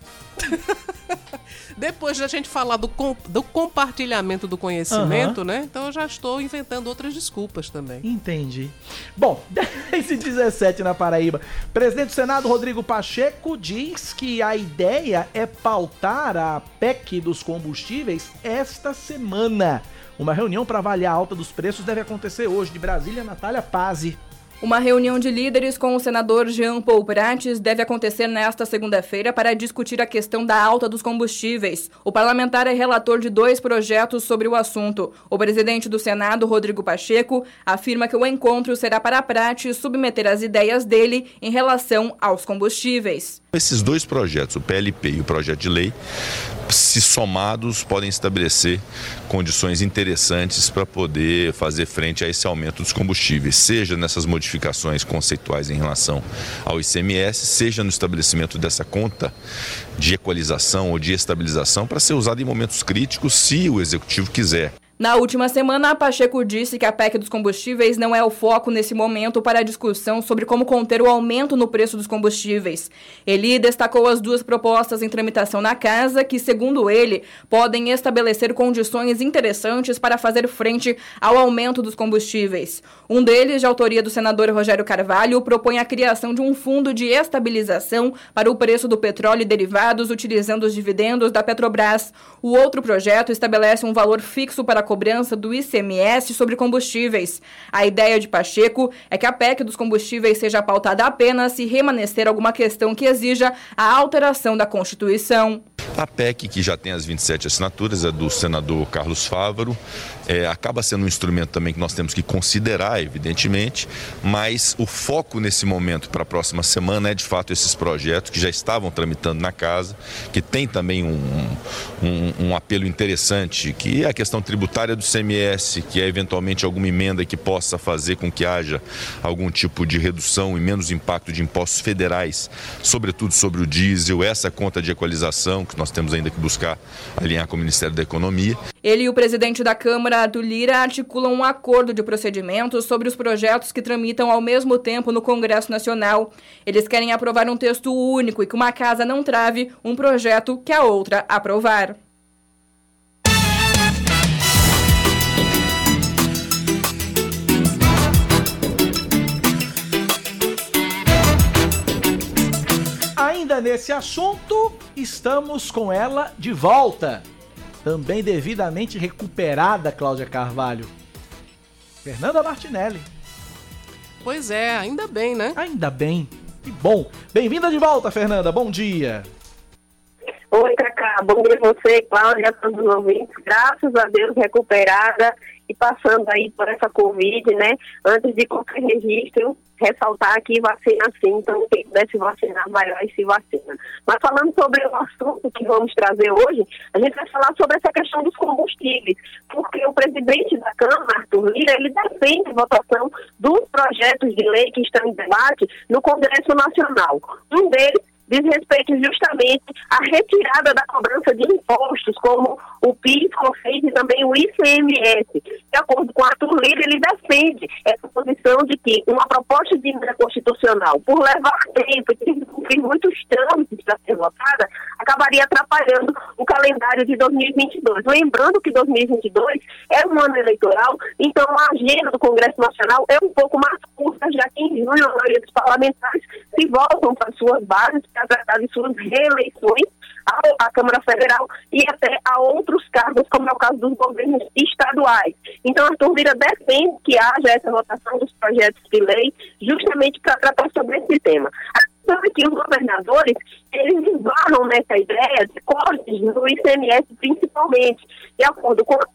C: Depois de a gente falar do, com, do compartilhamento do conhecimento, uhum. né? Então eu já estou inventando outras desculpas também.
B: Entendi. Bom, dez e dezessete na Paraíba. Presidente do Senado, Rodrigo Pacheco, diz que a ideia é pautar a P E C dos combustíveis esta semana. Uma reunião para avaliar a alta dos preços deve acontecer hoje. De Brasília, Natália Pazzi.
I: Uma reunião de líderes com o senador Jean Paul Prates deve acontecer nesta segunda-feira para discutir a questão da alta dos combustíveis. O parlamentar é relator de dois projetos sobre o assunto. O presidente do Senado, Rodrigo Pacheco, afirma que o encontro será para Prates submeter as ideias dele em relação aos combustíveis.
J: Esses dois projetos, o P L P e o projeto de lei, se somados, podem estabelecer condições interessantes para poder fazer frente a esse aumento dos combustíveis, seja nessas modificações conceituais em relação ao I C M S, seja no estabelecimento dessa conta de equalização ou de estabilização para ser usada em momentos críticos, se o Executivo quiser.
I: Na última semana, Pacheco disse que a P E C dos combustíveis não é o foco nesse momento para a discussão sobre como conter o aumento no preço dos combustíveis. Ele destacou as duas propostas em tramitação na casa que, segundo ele, podem estabelecer condições interessantes para fazer frente ao aumento dos combustíveis. Um deles, de autoria do senador Rogério Carvalho, propõe a criação de um fundo de estabilização para o preço do petróleo e derivados utilizando os dividendos da Petrobras. O outro projeto estabelece um valor fixo para a cobrança do I C M S sobre combustíveis. A ideia de Pacheco é que a P E C dos combustíveis seja pautada apenas se remanescer alguma questão que exija a alteração da Constituição.
J: A P E C, que já tem as vinte e sete assinaturas, é do senador Carlos Fávaro, é, acaba sendo um instrumento também que nós temos que considerar, evidentemente, mas o foco nesse momento para a próxima semana é de fato esses projetos que já estavam tramitando na casa, que tem também um, um, um apelo interessante, que é a questão tributária do I C M S, que é eventualmente alguma emenda que possa fazer com que haja algum tipo de redução e menos impacto de impostos federais, sobretudo sobre o diesel, essa conta de equalização que nós temos ainda que buscar alinhar com o Ministério da Economia.
I: Ele e o presidente da Câmara, Arthur Lira, articulam um acordo de procedimentos sobre os projetos que tramitam ao mesmo tempo no Congresso Nacional. Eles querem aprovar um texto único e que uma casa não trave um projeto que a outra aprovar.
B: Ainda nesse assunto, estamos com ela de volta. Também devidamente recuperada, Cláudia Carvalho. Fernanda Martinelli.
C: Pois é, ainda bem, né?
B: Ainda bem. Que bom. Bem-vinda de volta, Fernanda. Bom dia.
K: Oi, Cacá. Bom dia a você, Cláudia, a todos os ouvintes. Graças a Deus, recuperada e passando aí por essa Covid, né? Antes de qualquer registro, ressaltar aqui, vacina sim, então quem puder se vacinar, vai lá e se vacina. Mas falando sobre o assunto que vamos trazer hoje, a gente vai falar sobre essa questão dos combustíveis, porque o presidente da Câmara, Arthur Lira, ele defende a votação dos projetos de lei que estão em debate no Congresso Nacional. Um deles diz respeito justamente à retirada da cobrança de impostos, como o PIS, COFINS e também o I C M S. De acordo com Arthur Lira, ele defende essa posição de que uma proposta de emenda constitucional, por levar tempo e ter que cumprir muitos trâmites para ser votada, acabaria atrapalhando o calendário de dois mil e vinte e dois. Lembrando que dois mil e vinte e dois é um ano eleitoral, então a agenda do Congresso Nacional é um pouco mais curta, já que em junho a maioria dos parlamentares se voltam para suas bases para tratar de suas reeleições à Câmara Federal e até a outros cargos, como é o caso dos governos estaduais. Então, Arthur Lira defende que haja essa votação dos projetos de lei justamente para tratar sobre esse tema. A questão é que os governadores, eles esbarram nessa ideia de cortes no I C M S principalmente. De acordo com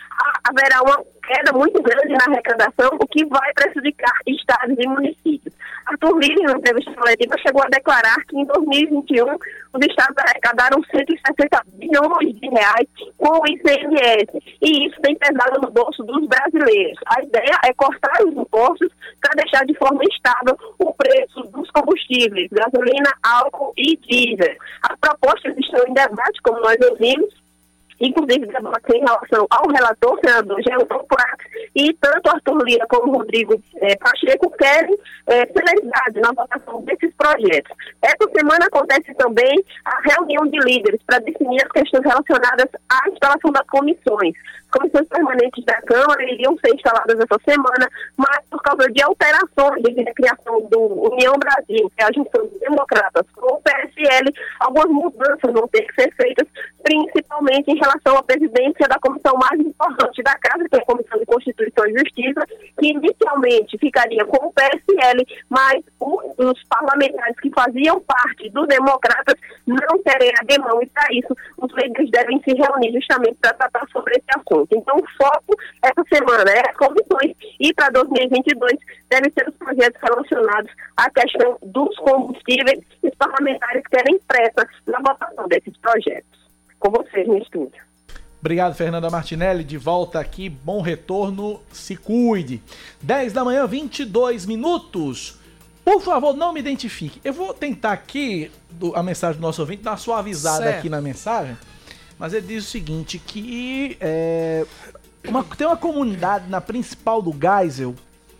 K: haverá uma queda muito grande na arrecadação, o que vai prejudicar estados e municípios. Arthur Lira, na entrevista coletiva, chegou a declarar que em dois mil e vinte e um os estados arrecadaram cento e sessenta bilhões de reais com o I C M S, e isso tem pesado no bolso dos brasileiros. A ideia é cortar os impostos para deixar de forma estável o preço dos combustíveis, gasolina, álcool e diesel. As propostas estão em debate, como nós ouvimos, inclusive debate em relação ao relator, senador Jean Paul Prats, e tanto Arthur Lira como Rodrigo eh, Pacheco querem eh, celeridade na votação desses projetos. Essa semana acontece também a reunião de líderes para definir as questões relacionadas à instalação das comissões. As comissões permanentes da Câmara iriam ser instaladas essa semana, mas por causa de alterações devido à criação do União Brasil, que é a junção dos democratas com o P S L, algumas mudanças vão ter que ser feitas, principalmente em relação à presidência da comissão mais importante da Casa, que é a Comissão de Constituição e Justiça, que inicialmente ficaria com o P S L, mas os parlamentares que faziam parte dos democratas não terem a demão, e para isso os líderes devem se reunir justamente para tratar sobre esse assunto. Então o foco essa semana é as comissões, e para dois mil e vinte e dois devem ser os projetos relacionados à questão dos combustíveis, e os parlamentares querem pressa na votação desses projetos. Com vocês no estúdio.
B: Obrigado, Fernanda Martinelli, de volta aqui, bom retorno, se cuide. dez da manhã, vinte e dois minutos. Por favor, não me identifique. Eu vou tentar aqui, do, a mensagem do nosso ouvinte, dar uma suavizada certo. Aqui na mensagem, mas ele diz o seguinte, que é, uma, tem uma comunidade na principal do Geisel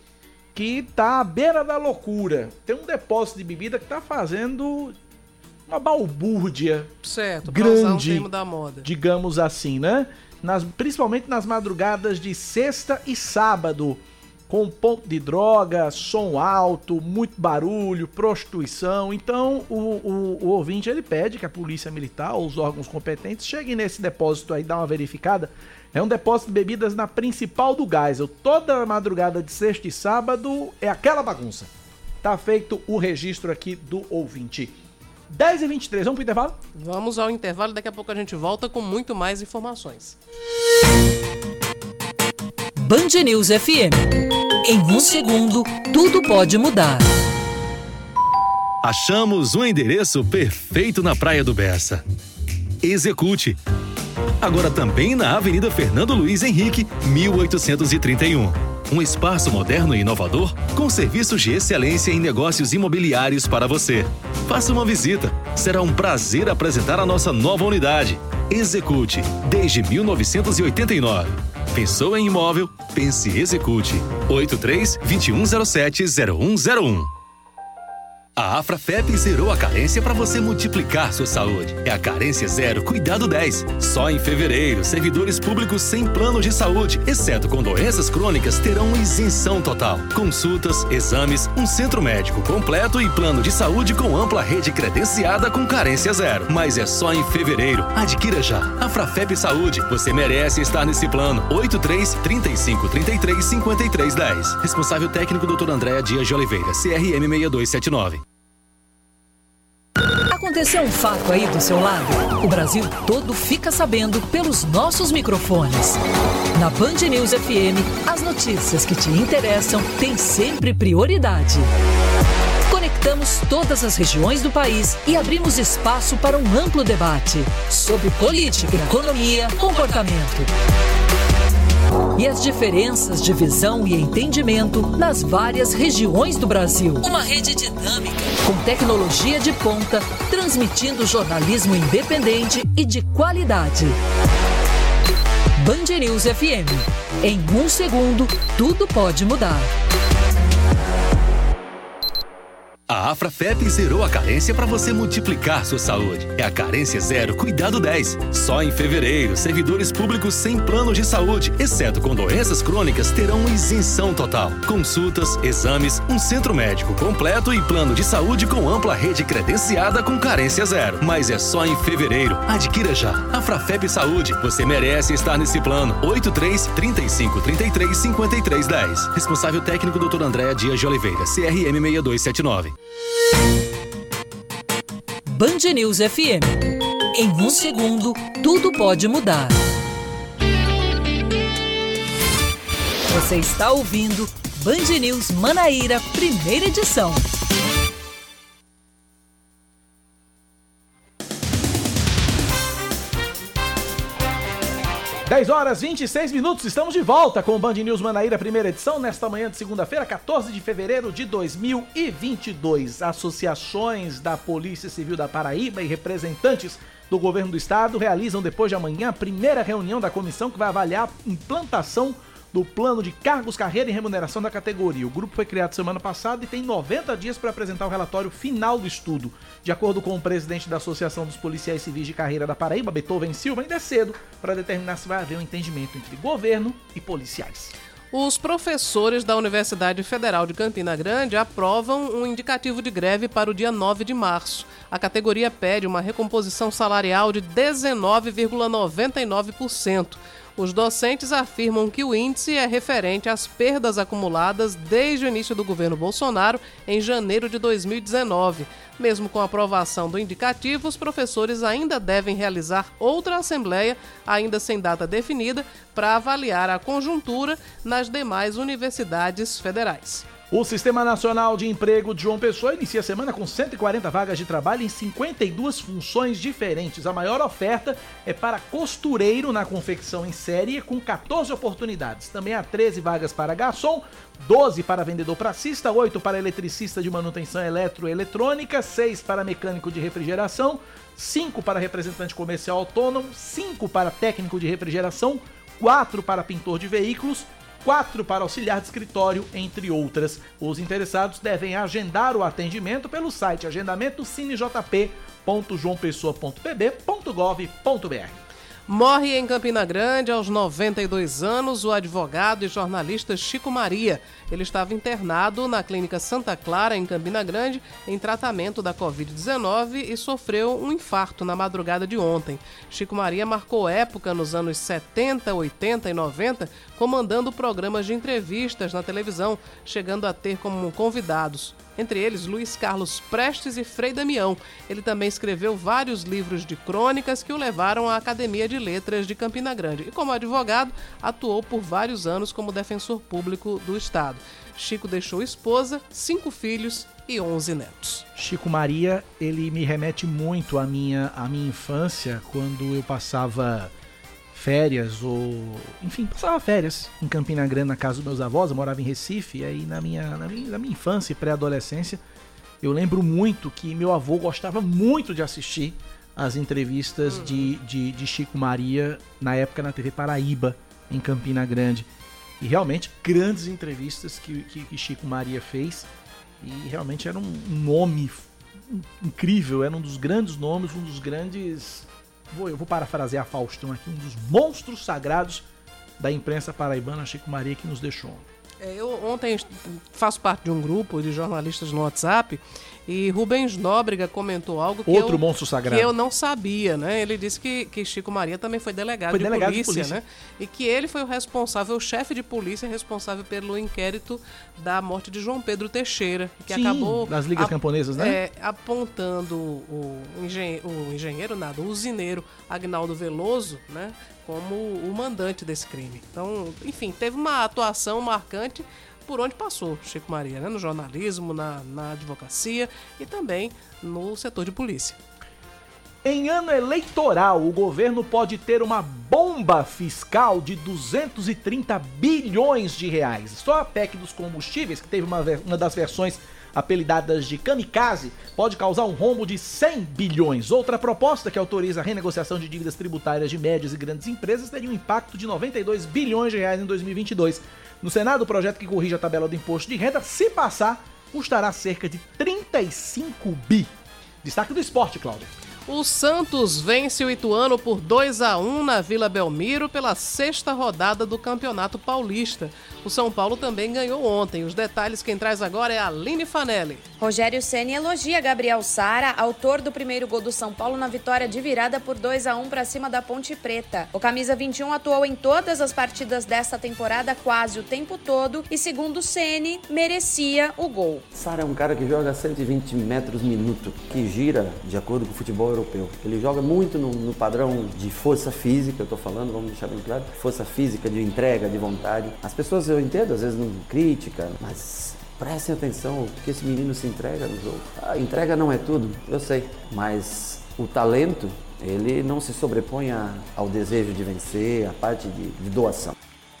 B: que tá à beira da loucura. Tem um depósito de bebida que tá fazendo uma balbúrdia
C: certo,
B: grande,
C: pra usar um termo da moda,
B: digamos assim, né? Nas, principalmente nas madrugadas de sexta e sábado, com ponto de droga, som alto, muito barulho, prostituição. Então, o, o, o ouvinte, ele pede que a polícia militar ou os órgãos competentes cheguem nesse depósito aí, dá uma verificada. É um depósito de bebidas na principal do Geisel. Toda madrugada de sexta e sábado é aquela bagunça. Tá feito o registro aqui do ouvinte. dez e vinte e três, vamos pro intervalo?
C: Vamos ao intervalo, daqui a pouco a gente volta com muito mais informações.
A: Band News F M. Em um segundo, tudo pode mudar.
L: Achamos um endereço perfeito na Praia do Bessa. Execute. Agora também na Avenida Fernando Luiz Henrique, mil oitocentos e trinta e um. Um espaço moderno e inovador com serviços de excelência em negócios imobiliários para você. Faça uma visita. Será um prazer apresentar a nossa nova unidade. Execute, desde mil novecentos e oitenta e nove. Pensou em imóvel? Pense Execute. oito três, dois um zero sete, zero um zero um. A Afrafep zerou a carência para você multiplicar sua saúde. É a carência zero, cuidado dez. Só em fevereiro, servidores públicos sem plano de saúde, exceto com doenças crônicas, terão isenção total. Consultas, exames, um centro médico completo e plano de saúde com ampla rede credenciada com carência zero. Mas é só em fevereiro. Adquira já. Afrafep Saúde. Você merece estar nesse plano. oito três, trinta e cinco, trinta e três, cinquenta e três, dez. Responsável técnico doutor Andréa Dias de Oliveira, C R M seis dois sete nove.
A: Aconteceu um fato aí do seu lado? O Brasil todo fica sabendo pelos nossos microfones. Na Band News F M, as notícias que te interessam têm sempre prioridade. Conectamos todas as regiões do país e abrimos espaço para um amplo debate sobre política, economia, comportamento. E as diferenças de visão e entendimento nas várias regiões do Brasil. Uma rede dinâmica, com tecnologia de ponta, transmitindo jornalismo independente e de qualidade. Band News F M. Em um segundo, tudo pode mudar.
L: A Afrafep zerou a carência para você multiplicar sua saúde. É a carência zero, cuidado dez. Só em fevereiro, servidores públicos sem plano de saúde, exceto com doenças crônicas, terão isenção total. Consultas, exames, um centro médico completo e plano de saúde com ampla rede credenciada com carência zero. Mas é só em fevereiro. Adquira já. Afrafep Saúde. Você merece estar nesse plano. oito três, trinta e cinco, trinta e três, cinquenta e três, dez. Responsável técnico doutor Andréa Dias de Oliveira, C R M seis dois sete nove.
A: Band News F M. Em um segundo, tudo pode mudar. Você está ouvindo Band News Manaíra, primeira edição.
B: dez horas e vinte e seis minutos, estamos de volta com o Band News Manaíra, primeira edição, nesta manhã de segunda-feira, quatorze de fevereiro de dois mil e vinte e dois. Associações da Polícia Civil da Paraíba e representantes do governo do estado realizam depois de amanhã a primeira reunião da comissão que vai avaliar a implantação do plano de cargos, carreira e remuneração da categoria. O grupo foi criado semana passada e tem noventa dias para apresentar o relatório final do estudo. De acordo com o presidente da Associação dos Policiais Civis de Carreira da Paraíba, Beethoven Silva, ainda é cedo para determinar se vai haver um entendimento entre governo e policiais.
C: Os professores da Universidade Federal de Campina Grande aprovam um indicativo de greve para o dia nove de março. A categoria pede uma recomposição salarial de dezenove vírgula noventa e nove por cento. Os docentes afirmam que o índice é referente às perdas acumuladas desde o início do governo Bolsonaro, em janeiro de dois mil e dezenove. Mesmo com a aprovação do indicativo, os professores ainda devem realizar outra assembleia, ainda sem data definida, para avaliar a conjuntura nas demais universidades federais.
B: O Sistema Nacional de Emprego de João Pessoa inicia a semana com cento e quarenta vagas de trabalho em cinquenta e duas funções diferentes. A maior oferta é para costureiro na confecção em série, com quatorze oportunidades. Também há treze vagas para garçom, doze para vendedor pracista, oito para eletricista de manutenção eletroeletrônica, seis para mecânico de refrigeração, cinco para representante comercial autônomo, cinco para técnico de refrigeração, quatro para pintor de veículos, quatro para auxiliar de escritório, entre outras. Os interessados devem agendar o atendimento pelo site agendamento cinejp ponto joão pessoa ponto p b ponto gov ponto b r.
C: Morre em Campina Grande, aos noventa e dois anos, o advogado e jornalista Chico Maria. Ele estava internado na Clínica Santa Clara, em Campina Grande, em tratamento da covid dezenove e sofreu um infarto na madrugada de ontem. Chico Maria marcou época nos anos setenta, oitenta e noventa, comandando programas de entrevistas na televisão, chegando a ter como convidados, entre eles Luiz Carlos Prestes e Frei Damião. Ele também escreveu vários livros de crônicas que o levaram à Academia de Letras de Campina Grande. E como advogado, atuou por vários anos como defensor público do Estado. Chico deixou esposa, cinco filhos e onze netos.
B: Chico Maria, ele me remete muito à minha, à minha infância, quando eu passava férias ou... Enfim, passava férias em Campina Grande, na casa dos meus avós. Eu morava em Recife, e aí na minha, na minha, na minha infância e pré-adolescência, eu lembro muito que meu avô gostava muito de assistir as entrevistas uhum. de, de, de Chico Maria, na época na T V Paraíba, em Campina Grande. E realmente, grandes entrevistas que, que, que Chico Maria fez. E realmente era um nome incrível, era um dos grandes nomes, um dos grandes... Vou, eu vou parafrasear Faustão aqui, um dos monstros sagrados da imprensa paraibana, Chico Maria, que nos deixou.
C: É, eu ontem faço parte de um grupo de jornalistas no WhatsApp e Rubens Nóbrega comentou algo que,
B: Outro
C: eu,
B: monstro sagrado.
C: que eu não sabia, né? Ele disse que, que Chico Maria também foi delegado,
B: foi
C: de,
B: delegado
C: polícia,
B: de polícia,
C: né? E que ele foi o responsável, o chefe de polícia responsável pelo inquérito da morte de João Pedro Teixeira, que
B: Sim,
C: acabou
B: das ligas
C: a,
B: camponesas, né?
C: É, apontando o, engen, o engenheiro, nada, o usineiro Agnaldo Veloso, né? Como o mandante desse crime. Então, enfim, teve uma atuação marcante por onde passou Chico Maria, né? No jornalismo, na, na advocacia e também no setor de polícia.
B: Em ano eleitoral, o governo pode ter uma bomba fiscal de duzentos e trinta bilhões de reais. Só a P E C dos combustíveis, que teve uma, uma das versões apelidadas de kamikaze, pode causar um rombo de cem bilhões. Outra proposta que autoriza a renegociação de dívidas tributárias de médias e grandes empresas teria um impacto de noventa e dois bilhões de reais em dois mil e vinte e dois. No Senado, o projeto que corrige a tabela do imposto de renda, se passar, custará cerca de trinta e cinco bi. Destaque do esporte, Cláudio.
C: O Santos vence o Ituano por dois a um na Vila Belmiro pela sexta rodada do Campeonato Paulista. O São Paulo também ganhou ontem. Os detalhes quem traz agora é a Aline Fanelli.
M: Rogério Ceni elogia Gabriel Sara, autor do primeiro gol do São Paulo na vitória de virada por dois a um para cima da Ponte Preta. O camisa vinte e um atuou em todas as partidas desta temporada quase o tempo todo e, segundo Ceni, merecia o gol.
N: Sara é um cara que joga cento e vinte metros minuto, que gira de acordo com o futebol europeu. Ele joga muito no, no padrão de força física, eu tô falando, vamos deixar bem claro, força física, de entrega, de vontade. As pessoas, eu entendo, às vezes não critica, mas prestem atenção, porque esse menino se entrega no jogo. A entrega não é tudo, eu sei, mas o talento, ele não se sobrepõe a, ao desejo de vencer, a parte de, de doação.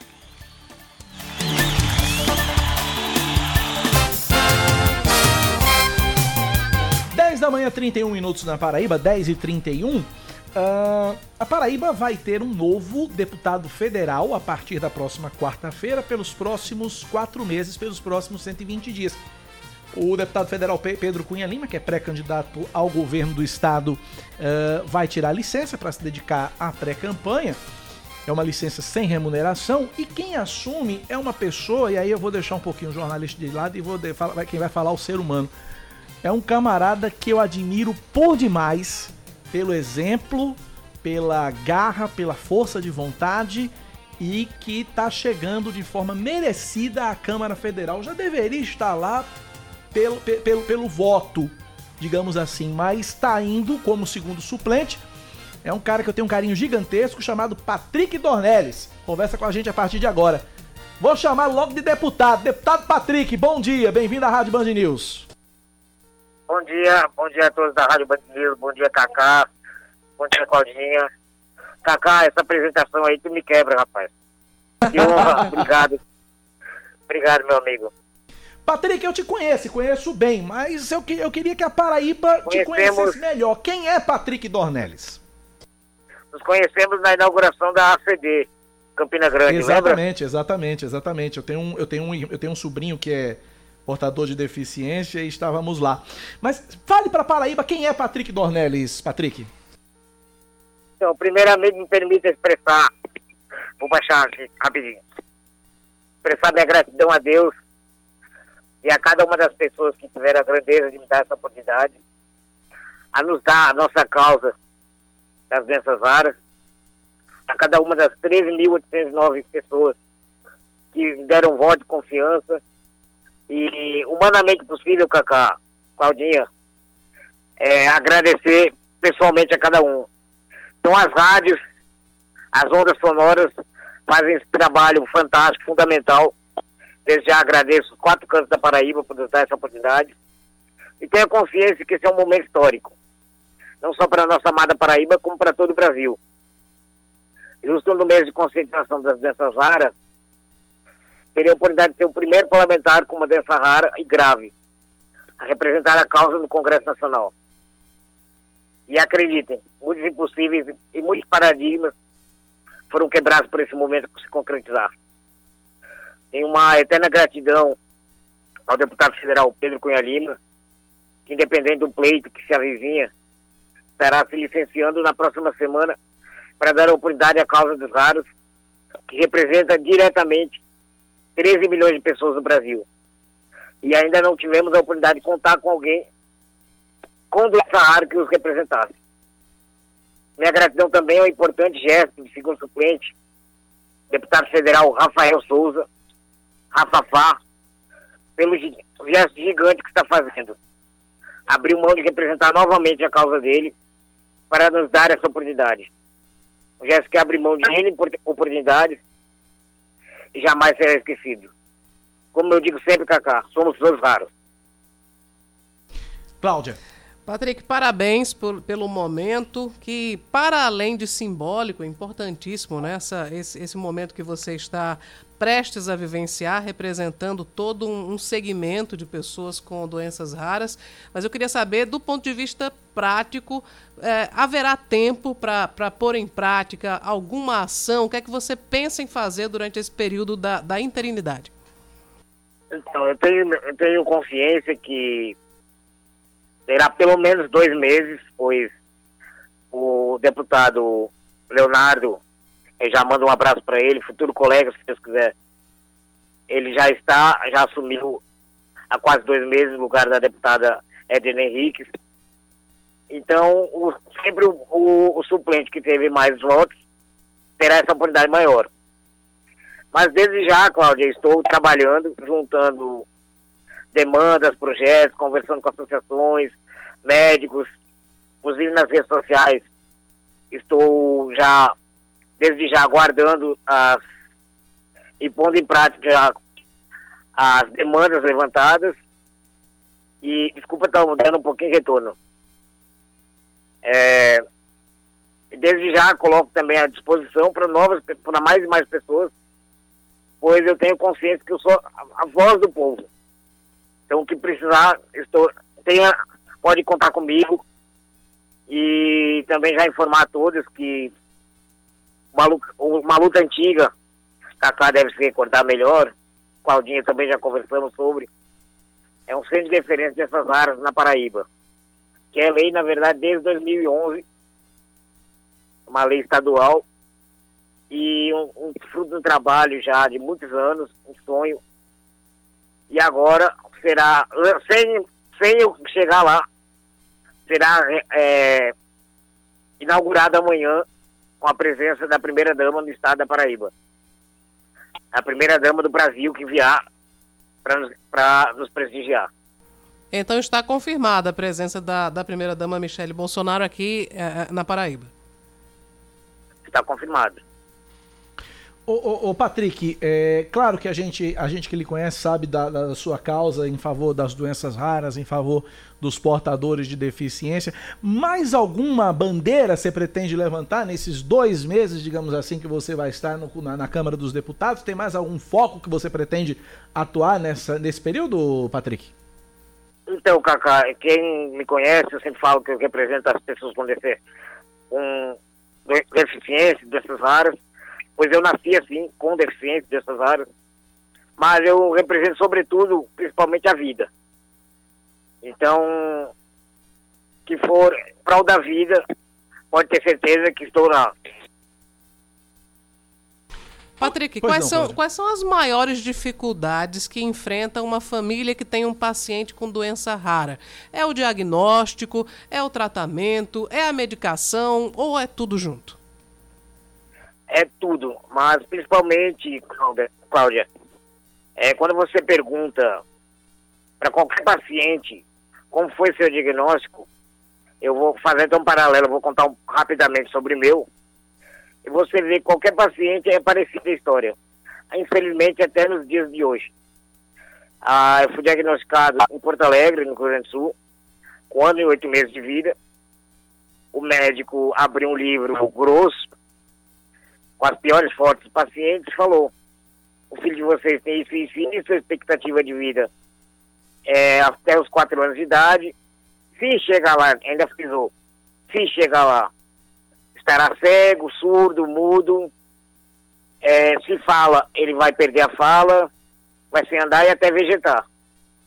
B: dez da manhã, trinta e um minutos na Paraíba, dez e trinta e um. Uh, a Paraíba vai ter um novo deputado federal a partir da próxima quarta-feira, pelos próximos quatro meses, pelos próximos cento e vinte dias. O deputado federal Pedro Cunha Lima, que é pré-candidato ao governo do estado, uh, vai tirar licença para se dedicar à pré-campanha. É uma licença sem remuneração, e quem assume é uma pessoa, e aí eu vou deixar um pouquinho o jornalista de lado e vou de, fala, quem vai falar é o ser humano. É um camarada que eu admiro por demais, pelo exemplo, pela garra, pela força de vontade, e que está chegando de forma merecida à Câmara Federal. Já deveria estar lá pelo, pelo, pelo voto, digamos assim, mas está indo como segundo suplente. É um cara que eu tenho um carinho gigantesco, chamado Patrick Dornelles. Conversa com a gente a partir de agora. Vou chamar logo de deputado. Deputado Patrick, bom dia, bem-vindo à Rádio Band News.
O: Bom dia, bom dia a todos da Rádio Band News, bom dia Cacá, bom dia Claudinha. Cacá, essa apresentação aí tu me quebra, rapaz. Que honra, obrigado. Obrigado, meu amigo.
B: Patrick, eu te conheço, conheço bem, mas eu, que, eu queria que a Paraíba te conhecesse melhor. Quem é Patrick Dornelles?
O: Nos conhecemos na inauguração da A C D, Campina Grande,
B: exatamente,
O: lembra?
B: Exatamente, exatamente. Eu tenho, um, eu, tenho um, eu tenho um sobrinho que é portador de deficiência e estávamos lá. Mas fale para Paraíba quem é Patrick Dornelles, Patrick.
O: Então, primeiramente me permita expressar, vou baixar aqui rapidinho, expressar minha gratidão a Deus e a cada uma das pessoas que tiveram a grandeza de me dar essa oportunidade, a nos dar a nossa causa das doenças raras, a cada uma das treze mil oitocentas e nove pessoas que me deram voto de confiança. E, humanamente possível, Cacá, Claudinha, é, agradecer pessoalmente a cada um. Então, as rádios, as ondas sonoras fazem esse trabalho fantástico, fundamental. Desde já agradeço os quatro cantos da Paraíba por nos dar essa oportunidade. E tenho consciência que esse é um momento histórico. Não só para a nossa amada Paraíba, como para todo o Brasil. Justo no mês de conscientização das doenças raras, teria a oportunidade de ser o primeiro parlamentar com uma doença rara e grave a representar a causa no Congresso Nacional. E acreditem, muitos impossíveis e muitos paradigmas foram quebrados por esse momento se concretizar. Tenho uma eterna gratidão ao deputado federal Pedro Cunha Lima, que independente do pleito que se avizinha, estará se licenciando na próxima semana para dar oportunidade à causa dos raros, que representa diretamente treze milhões de pessoas no Brasil. E ainda não tivemos a oportunidade de contar com alguém com doença rara que os representasse. Minha gratidão também ao importante gesto de segundo suplente, deputado federal Rafael Souza, Rafafá, pelo gesto gigante que está fazendo. Abriu mão de representar novamente a causa dele para nos dar essa oportunidade. Um gesto que abre mão de N oportunidades e jamais será esquecido. Como eu digo sempre, Cacá, somos todos raros.
B: Cláudia.
C: Patrick, parabéns por, pelo momento que, para além de simbólico, é importantíssimo, né? Essa, esse, esse momento que você está prestes a vivenciar, representando todo um, um segmento de pessoas com doenças raras. Mas eu queria saber, do ponto de vista prático, é, haverá tempo para pôr em prática alguma ação? O que é que você pensa em fazer durante esse período da, da interinidade?
O: Então, eu tenho, eu tenho consciência que terá pelo menos dois meses, pois o deputado Leonardo, eu já mando um abraço para ele, futuro colega, se Deus quiser, ele já está, já assumiu há quase dois meses o lugar da deputada Edna Henriques. Então, o, sempre o, o, o suplente que teve mais votos terá essa oportunidade maior. Mas desde já, Cláudia, estou trabalhando, juntando demandas, projetos, conversando com associações, médicos, inclusive nas redes sociais. Estou já, desde já, aguardando as, e pondo em prática as demandas levantadas. E, desculpa estar dando um pouquinho de retorno. É, desde já coloco também à disposição para novas, para mais e mais pessoas, pois eu tenho consciência que eu sou a, a voz do povo. Então, o que precisar, estou, tenha, pode contar comigo. E também já informar a todos que uma, uma luta antiga, Cacá deve se recordar melhor, Claudinha também já conversamos sobre, é um centro de referência dessas áreas na Paraíba, que é lei, na verdade, desde dois mil e onze, uma lei estadual, e um, um fruto do trabalho já de muitos anos, um sonho, e agora será, sem, sem eu chegar lá, será é, inaugurada amanhã com a presença da primeira-dama do estado da Paraíba. A primeira-dama do Brasil que vier para nos prestigiar.
C: Então está confirmada a presença da, da primeira-dama Michele Bolsonaro aqui é, na Paraíba.
O: Está confirmado.
B: Ô, ô, ô Patrick, é claro que a gente, a gente que lhe conhece sabe da, da sua causa em favor das doenças raras, em favor dos portadores de deficiência. Mais alguma bandeira você pretende levantar nesses dois meses, digamos assim, que você vai estar no, na, na Câmara dos Deputados? Tem mais algum foco que você pretende atuar nessa, nesse período, Patrick?
O: Então, Cacá, quem me conhece, eu sempre falo que eu represento as pessoas com deficiência, doenças raras, pois eu nasci assim, com deficiência dessas áreas, mas eu represento sobretudo, principalmente a vida. Então, que for prol da vida, pode ter certeza que estou lá.
C: Patrick, quais, não, são, quais são as maiores dificuldades que enfrenta uma família que tem um paciente com doença rara? É o diagnóstico, é o tratamento, é a medicação ou é tudo junto?
O: É tudo, mas principalmente, Cláudia, Cláudia é, quando você pergunta para qualquer paciente como foi seu diagnóstico, eu vou fazer então um paralelo, eu vou contar um, rapidamente sobre o meu, e você vê que qualquer paciente é parecida a história, infelizmente até nos dias de hoje. Ah, eu fui diagnosticado em Porto Alegre, no Rio Grande do Sul, com um ano e oito meses de vida. O médico abriu um livro grosso, com as piores fotos dos pacientes, falou: o filho de vocês tem isso e isso, e sua expectativa de vida é até os quatro anos de idade. Se chegar lá, ainda frisou, se chegar lá, estará cego, surdo, mudo, é, se fala, ele vai perder a fala, vai sem andar e até vegetar.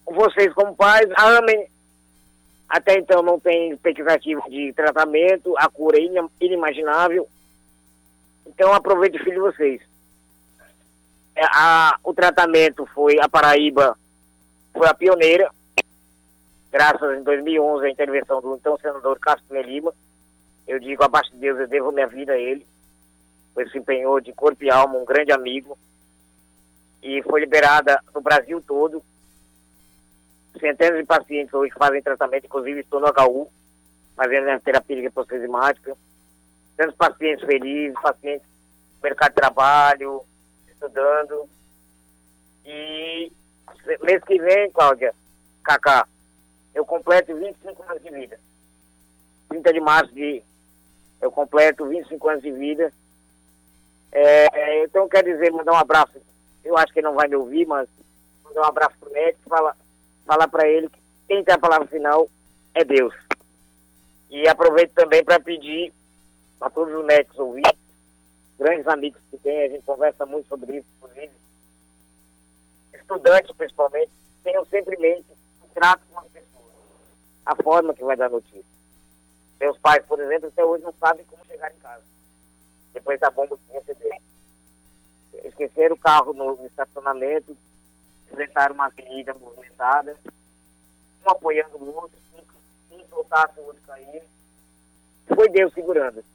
O: vocês como pais, amem. Até então não tem expectativa de tratamento, a cura é inimaginável. Então aproveite o filho de vocês. É, a, o tratamento foi, a Paraíba foi a pioneira, graças em dois mil e onze à intervenção do então senador Castro Lima. Eu digo, abaixo de Deus, eu devo minha vida a ele. Foi se empenhou de corpo e alma, um grande amigo. E foi liberada no Brasil todo. Centenas de pacientes hoje fazem tratamento, inclusive estou no H U, fazendo a terapia liposesimática. Tantos pacientes felizes, pacientes no mercado de trabalho, estudando. E mês que vem, Cláudia, Cacá, eu completo vinte e cinco anos de vida. trinta de março de, eu completo vinte e cinco anos de vida. É, então, quer dizer, mandar um abraço. Eu acho que ele não vai me ouvir, mas mandar um abraço pro médico, falar falar para ele que quem tem a palavra final é Deus. E aproveito também para pedir a todos os médicos ouvintes, grandes amigos que tem, a gente conversa muito sobre isso, inclusive, estudantes principalmente, tenham sempre em mente o trato com as pessoas, a forma que vai dar notícia. Meus pais, por exemplo, até hoje não sabem como chegar em casa, depois da bomba que receberam. Esqueceram o carro no, no estacionamento, enfrentaram uma avenida movimentada, um apoiando o outro, um, um soltasse, o outro cair. Foi Deus segurando.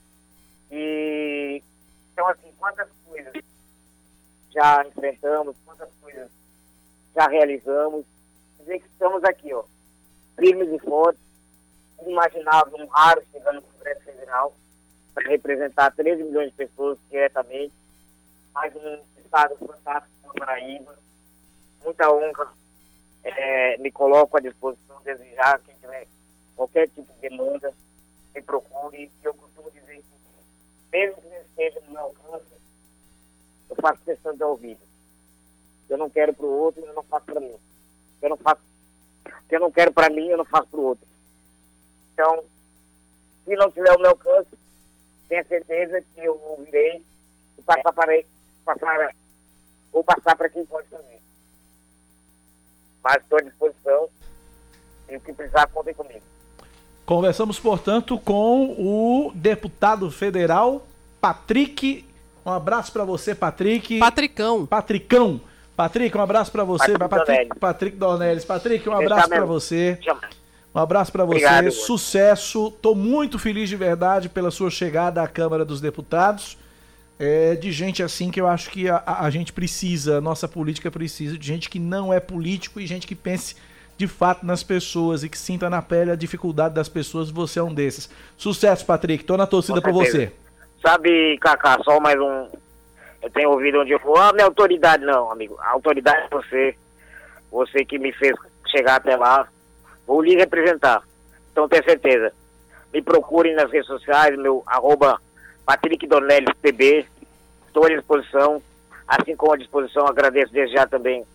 O: E então, assim, quantas coisas já enfrentamos, quantas coisas já realizamos, quer dizer que estamos aqui, ó, firmes e fortes, inimaginável, um raro chegando no Congresso Federal para representar treze milhões de pessoas diretamente, mais um estado fantástico como a Paraíba. Muita honra, é, me coloco à disposição, desejar quem tiver qualquer tipo de demanda, me procure. E eu costumo dizer que, mesmo que não esteja no meu alcance, eu faço questão de ouvir. Eu não quero para o outro, eu não faço para mim. Eu não faço, eu não quero para mim, eu não faço para o outro. Então, se não tiver o meu alcance, tenha certeza que eu ouvirei e passar para passar, ou passar para quem pode fazer. Mas estou à disposição e o que precisar, contem comigo.
B: Conversamos, portanto, com o deputado federal Patrick. Um abraço para você, Patrick.
C: Patricão.
B: Patricão. Patrick, um abraço para você.
O: Patrick
B: Patrick,
O: Dornelles.
B: Patrick Dornelles. Patrick, um abraço para você. Um abraço para você.
O: Obrigado,
B: Sucesso. Estou muito feliz de verdade pela sua chegada à Câmara dos Deputados. É de gente assim que eu acho que a, a gente precisa, a nossa política precisa de gente que não é político e gente que pense de fato nas pessoas e que sinta na pele a dificuldade das pessoas. Você é um desses. Sucesso, Patrick. Tô na torcida por você.
O: Sabe, Cacá, só mais um... Eu tenho ouvido onde eu vou. Ah, minha autoridade não, amigo. A autoridade é você. Você que me fez chegar até lá. Vou lhe representar. Então, tenha certeza. Me procurem nas redes sociais, meu arroba Patrick Dornelles P B. Estou à disposição. Assim como à disposição, agradeço desde já também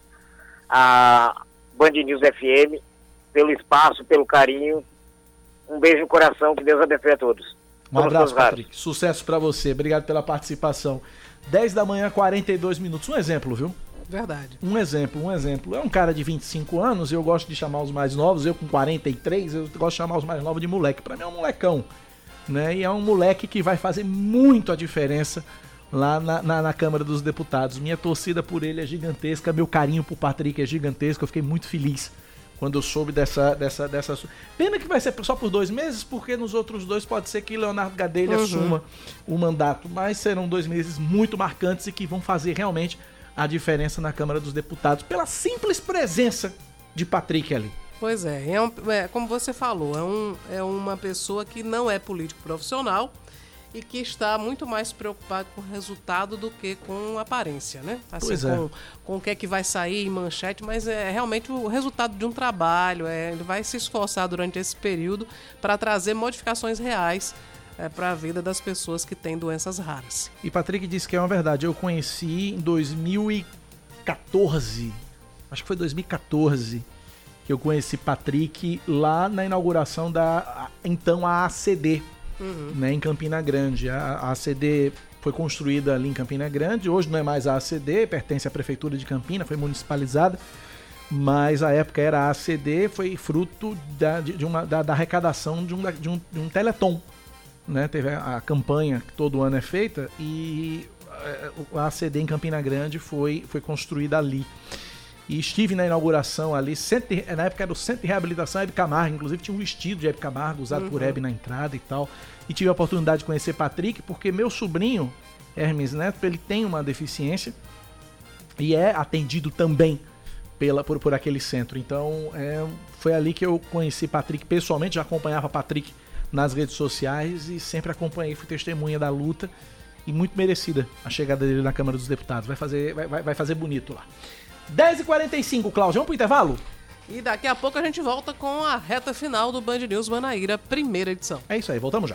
O: a Band News F M pelo espaço, pelo carinho. Um beijo no coração, que Deus abençoe a todos.
B: Um abraço, Patrick. Sucesso pra você. Obrigado pela participação. dez da manhã, quarenta e dois minutos. Um exemplo, viu?
C: Verdade.
B: Um exemplo, um exemplo. É um cara de vinte e cinco anos, eu gosto de chamar os mais novos, eu com quarenta e três, eu gosto de chamar os mais novos de moleque. Pra mim é um molecão, né? E é um moleque que vai fazer muito a diferença lá na, na, na Câmara dos Deputados. Minha torcida por ele é gigantesca, meu carinho por Patrick é gigantesco, eu fiquei muito feliz quando eu soube dessa, dessa, dessa... Pena que vai ser só por dois meses, porque nos outros dois pode ser que Leonardo Gadelha uhum. assuma o mandato, mas serão dois meses muito marcantes e que vão fazer realmente a diferença na Câmara dos Deputados, pela simples presença de Patrick ali.
C: Pois é, é, um, é como você falou, é, um, é uma pessoa que não é político profissional e que está muito mais preocupado com o resultado do que com a aparência, né? Assim,
B: pois
C: com,
B: é.
C: com o que é que vai sair em manchete, mas é realmente o resultado de um trabalho, é, ele vai se esforçar durante esse período para trazer modificações reais é, para a vida das pessoas que têm doenças raras.
B: E Patrick disse que é uma verdade, eu conheci em dois mil e quatorze, acho que foi dois mil e quatorze, que eu conheci Patrick lá na inauguração da, então, a A C D, uhum. né, em Campina Grande. A, a ACD foi construída ali em Campina Grande, hoje não é mais a ACD, pertence à Prefeitura de Campina, foi municipalizada, mas a época era A C D, foi fruto da, de uma, da, da arrecadação de um, de, um, de um Teleton. Né? Teve a, a campanha que todo ano é feita e a A C D em Campina Grande foi, foi construída ali. E estive na inauguração ali, centro, na época era o Centro de Reabilitação Hebe Camargo, inclusive tinha um vestido de Hebe Camargo usado uhum. por Hebe na entrada e tal. E tive a oportunidade de conhecer Patrick, porque meu sobrinho, Hermes Neto, ele tem uma deficiência e é atendido também pela, por, por aquele centro. Então é, foi ali que eu conheci Patrick pessoalmente, já acompanhava Patrick nas redes sociais e sempre acompanhei, fui testemunha da luta e muito merecida a chegada dele na Câmara dos Deputados. Vai fazer, vai, vai fazer bonito lá. dez e quarenta e cinco, Cláudio, vamos pro intervalo?
C: E daqui a pouco a gente volta com a reta final do Band News Manaíra, primeira edição.
B: É isso aí, voltamos já.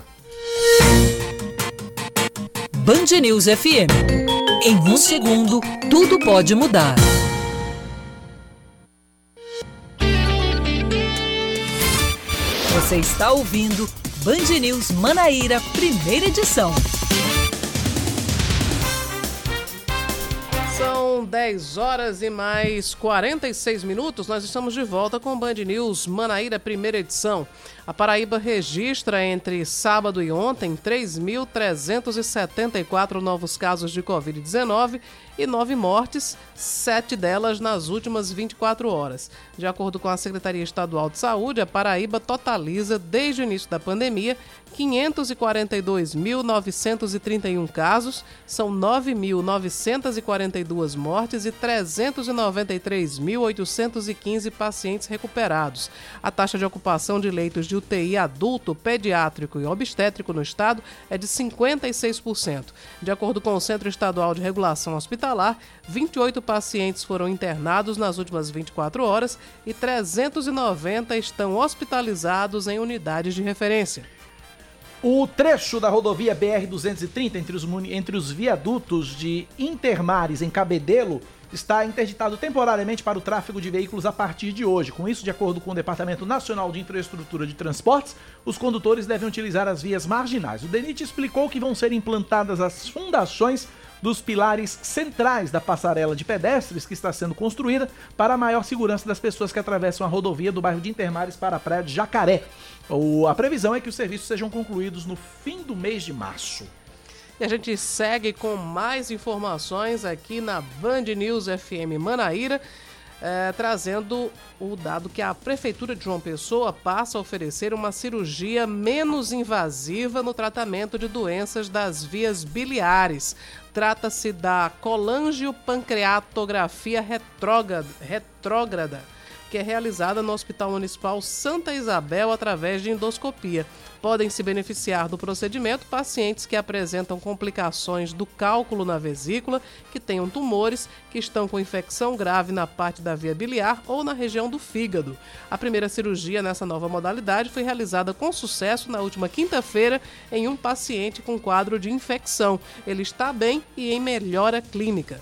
A: Band News F M. Em um segundo, tudo pode mudar. Você está ouvindo Band News Manaíra, primeira edição.
C: São dez horas e mais quarenta e seis minutos. Nós estamos de volta com o Band News Manaíra, primeira edição. A Paraíba registra entre sábado e ontem três mil trezentos e setenta e quatro novos casos de covid dezenove e nove mortes, sete delas nas últimas vinte e quatro horas. De acordo com a Secretaria Estadual de Saúde, a Paraíba totaliza, desde o início da pandemia, quinhentos e quarenta e dois mil novecentos e trinta e um casos, são nove mil novecentos e quarenta e duas mortes e trezentos e noventa e três mil oitocentos e quinze pacientes recuperados. A taxa de ocupação de leitos de U T I adulto, pediátrico e obstétrico no estado é de cinquenta e seis por cento. De acordo com o Centro Estadual de Regulação Hospitalar, vinte e oito pacientes foram internados nas últimas vinte e quatro horas e trezentos e noventa estão hospitalizados em unidades de referência.
B: O trecho da rodovia B R duzentos e trinta entre os, entre os viadutos de Intermares em Cabedelo está interditado temporariamente para o tráfego de veículos a partir de hoje. Com isso, de acordo com o Departamento Nacional de Infraestrutura de Transportes, os condutores devem utilizar as vias marginais. O DENIT explicou que vão ser implantadas as fundações dos pilares centrais da passarela de pedestres que está sendo construída para a maior segurança das pessoas que atravessam a rodovia do bairro de Intermares para a praia de Jacaré. O, a previsão é que os serviços sejam concluídos no fim do mês de março.
C: E a gente segue com mais informações aqui na Band News F M Manaíra, é, trazendo o dado que a Prefeitura de João Pessoa passa a oferecer uma cirurgia menos invasiva no tratamento de doenças das vias biliares. Trata-se da colangiopancreatografia retrógrada, retrógrada, que é realizada no Hospital Municipal Santa Isabel através de endoscopia. Podem se beneficiar do procedimento pacientes que apresentam complicações do cálculo na vesícula, que tenham tumores, que estão com infecção grave na parte da via biliar ou na região do fígado. A primeira cirurgia nessa nova modalidade foi realizada com sucesso na última quinta-feira em um paciente com quadro de infecção. Ele está bem e em melhora clínica.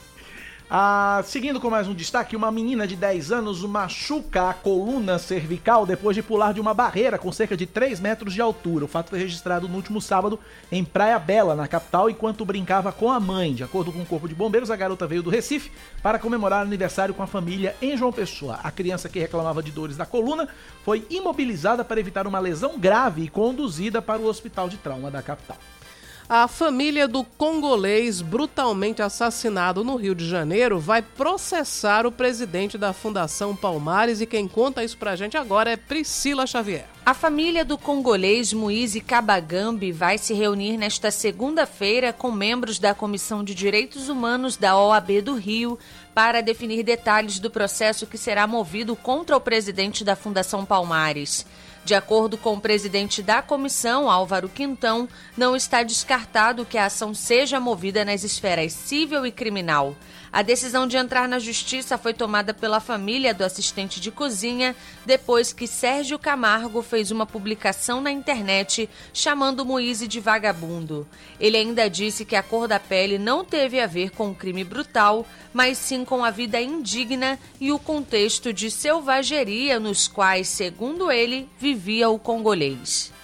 B: Ah, seguindo com mais um destaque, uma menina de dez anos machuca a coluna cervical depois de pular de uma barreira com cerca de três metros de altura. O fato foi registrado no último sábado em Praia Bela, na capital, enquanto brincava com a mãe. De acordo com o Corpo de Bombeiros, a garota veio do Recife para comemorar o aniversário com a família em João Pessoa. A criança, que reclamava de dores da coluna, foi imobilizada para evitar uma lesão grave e conduzida para o Hospital de Trauma da capital.
C: A família do congolês brutalmente assassinado no Rio de Janeiro vai processar o presidente da Fundação Palmares, e quem conta isso pra gente agora é Priscila Xavier.
P: A família do congolês Moise Kabagambi vai se reunir nesta segunda-feira com membros da Comissão de Direitos Humanos da O A B do Rio para definir detalhes do processo que será movido contra o presidente da Fundação Palmares. De acordo com o presidente da comissão, Álvaro Quintão, não está descartado que a ação seja movida nas esferas civil e criminal. A decisão de entrar na justiça foi tomada pela família do assistente de cozinha depois que Sérgio Camargo fez uma publicação na internet chamando Moise de vagabundo. Ele ainda disse que a cor da pele não teve a ver com o crime brutal, mas sim com a vida indigna e o contexto de selvageria nos quais, segundo ele, vivia o congolês.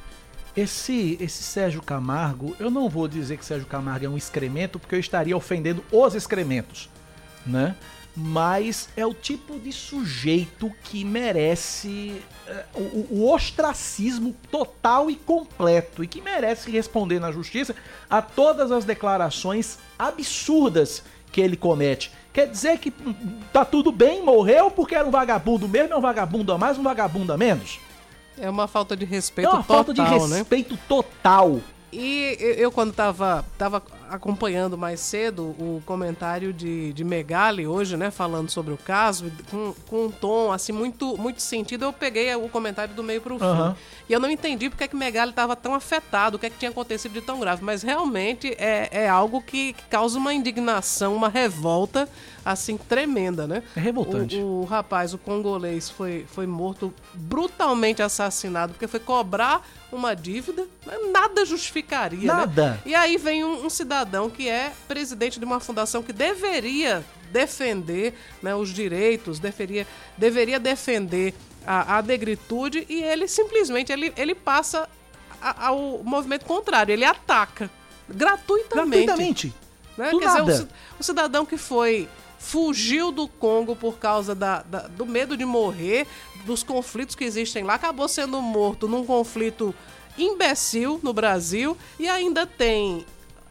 B: Esse, esse Sérgio Camargo, eu não vou dizer que Sérgio Camargo é um excremento, porque eu estaria ofendendo os excrementos, né? mas é o tipo de sujeito que merece uh, o, o ostracismo total e completo e que merece responder na justiça a todas as declarações absurdas que ele comete. Quer dizer que tá tudo bem, morreu porque era um vagabundo mesmo, é um vagabundo a mais, um vagabundo a menos?
C: É uma falta de respeito
B: total,
C: total,
B: É uma falta de
C: né?
B: respeito total.
C: E eu, quando tava, tava acompanhando mais cedo o comentário de, de Megali hoje, né, falando sobre o caso, com, com um tom, assim, muito, muito sentido, eu peguei o comentário do meio pro fim.
B: Uhum.
C: E eu não entendi porque é que Megali estava tão afetado, o que é que tinha acontecido de tão grave. Mas realmente é, é algo que, que causa uma indignação, uma revolta, assim, tremenda, né?
B: É revoltante.
C: O, o rapaz, o congolês, foi, foi morto, brutalmente assassinado, porque foi cobrar uma dívida, nada justificaria,
B: Nada.
C: né? E aí vem um, um cidadão que é presidente de uma fundação que deveria defender, né, os direitos, deveria, deveria defender a, a negritude, e ele simplesmente ele, ele passa a, ao movimento contrário, ele ataca gratuitamente.
B: Gratuitamente.
C: Né?
B: Do
C: Quer
B: nada.
C: dizer, o, o cidadão que foi fugiu do Congo por causa da, da, do medo de morrer, dos conflitos que existem lá, acabou sendo morto num conflito imbecil no Brasil, e ainda tem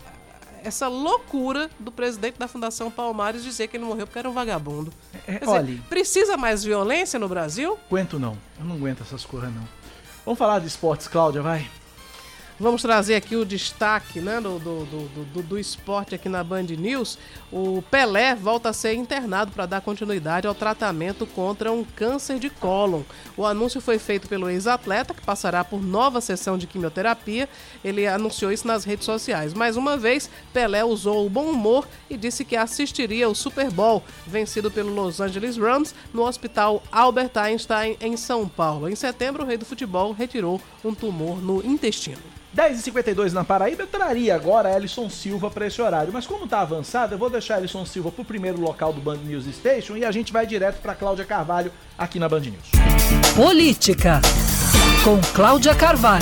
C: essa loucura do presidente da Fundação Palmares dizer que ele morreu porque era um vagabundo.
B: É,
C: Quer dizer,
B: olhe,
C: precisa mais violência no Brasil?
B: aguento não. Eu não aguento essas coisas, não. Vamos falar de esportes, Cláudia, vai.
C: Vamos trazer aqui o destaque, né, do, do, do, do, do esporte aqui na Band News. O Pelé volta a ser internado para dar continuidade ao tratamento contra um câncer de cólon. O anúncio foi feito pelo ex-atleta, que passará por nova sessão de quimioterapia. Ele anunciou isso nas redes sociais. Mais uma vez, Pelé usou o bom humor e disse que assistiria o Super Bowl, vencido pelo Los Angeles Rams, no Hospital Albert Einstein, em São Paulo. Em setembro, o rei do futebol retirou um tumor no intestino.
B: dez e cinquenta e dois na Paraíba, eu traria agora Ellison Silva para esse horário, mas como tá avançado, eu vou deixar Ellison Silva pro primeiro local do Band News Station e a gente vai direto para Cláudia Carvalho aqui na Band News.
A: Política, com Cláudia Carvalho.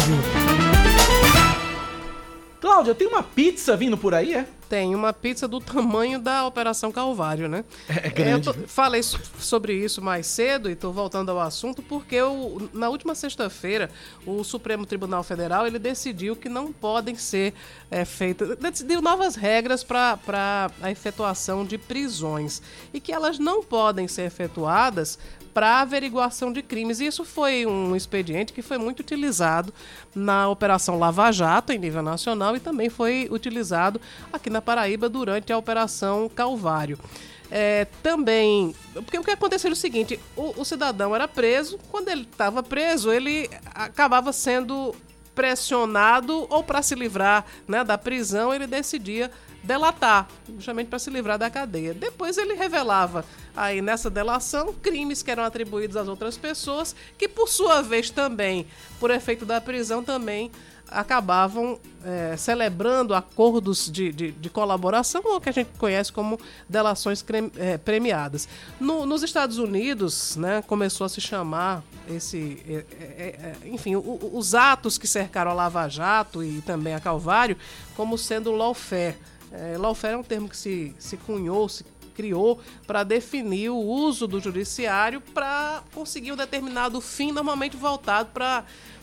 B: Cláudia, tem uma pizza vindo por aí, é?
C: Tem uma pizza do tamanho da Operação Calvário, né?
B: É grande.
C: Eu tô, falei so, sobre isso mais cedo e estou voltando ao assunto porque eu, na última sexta-feira o Supremo Tribunal Federal ele decidiu que não podem ser é, feitas, decidiu novas regras para a efetuação de prisões e que elas não podem ser efetuadas para averiguação de crimes. E isso foi um expediente que foi muito utilizado na Operação Lava Jato em nível nacional e também foi utilizado aqui na Paraíba durante a Operação Calvário. É, também, porque o que aconteceu é o seguinte, o, o cidadão era preso, quando ele estava preso, ele acabava sendo pressionado ou para se livrar, né, da prisão, ele decidia delatar, justamente para se livrar da cadeia. Depois ele revelava aí nessa delação crimes que eram atribuídos às outras pessoas, que por sua vez também, por efeito da prisão, também acabavam é, celebrando acordos de, de, de colaboração, ou que a gente conhece como delações crem, é, premiadas. No, nos Estados Unidos, né, começou a se chamar esse, é, é, é, enfim, o, os atos que cercaram a Lava Jato e também a Calvário como sendo lawfare. É, lawfare é um termo que se, se cunhou, se criou para definir o uso do judiciário para conseguir um determinado fim, normalmente voltado para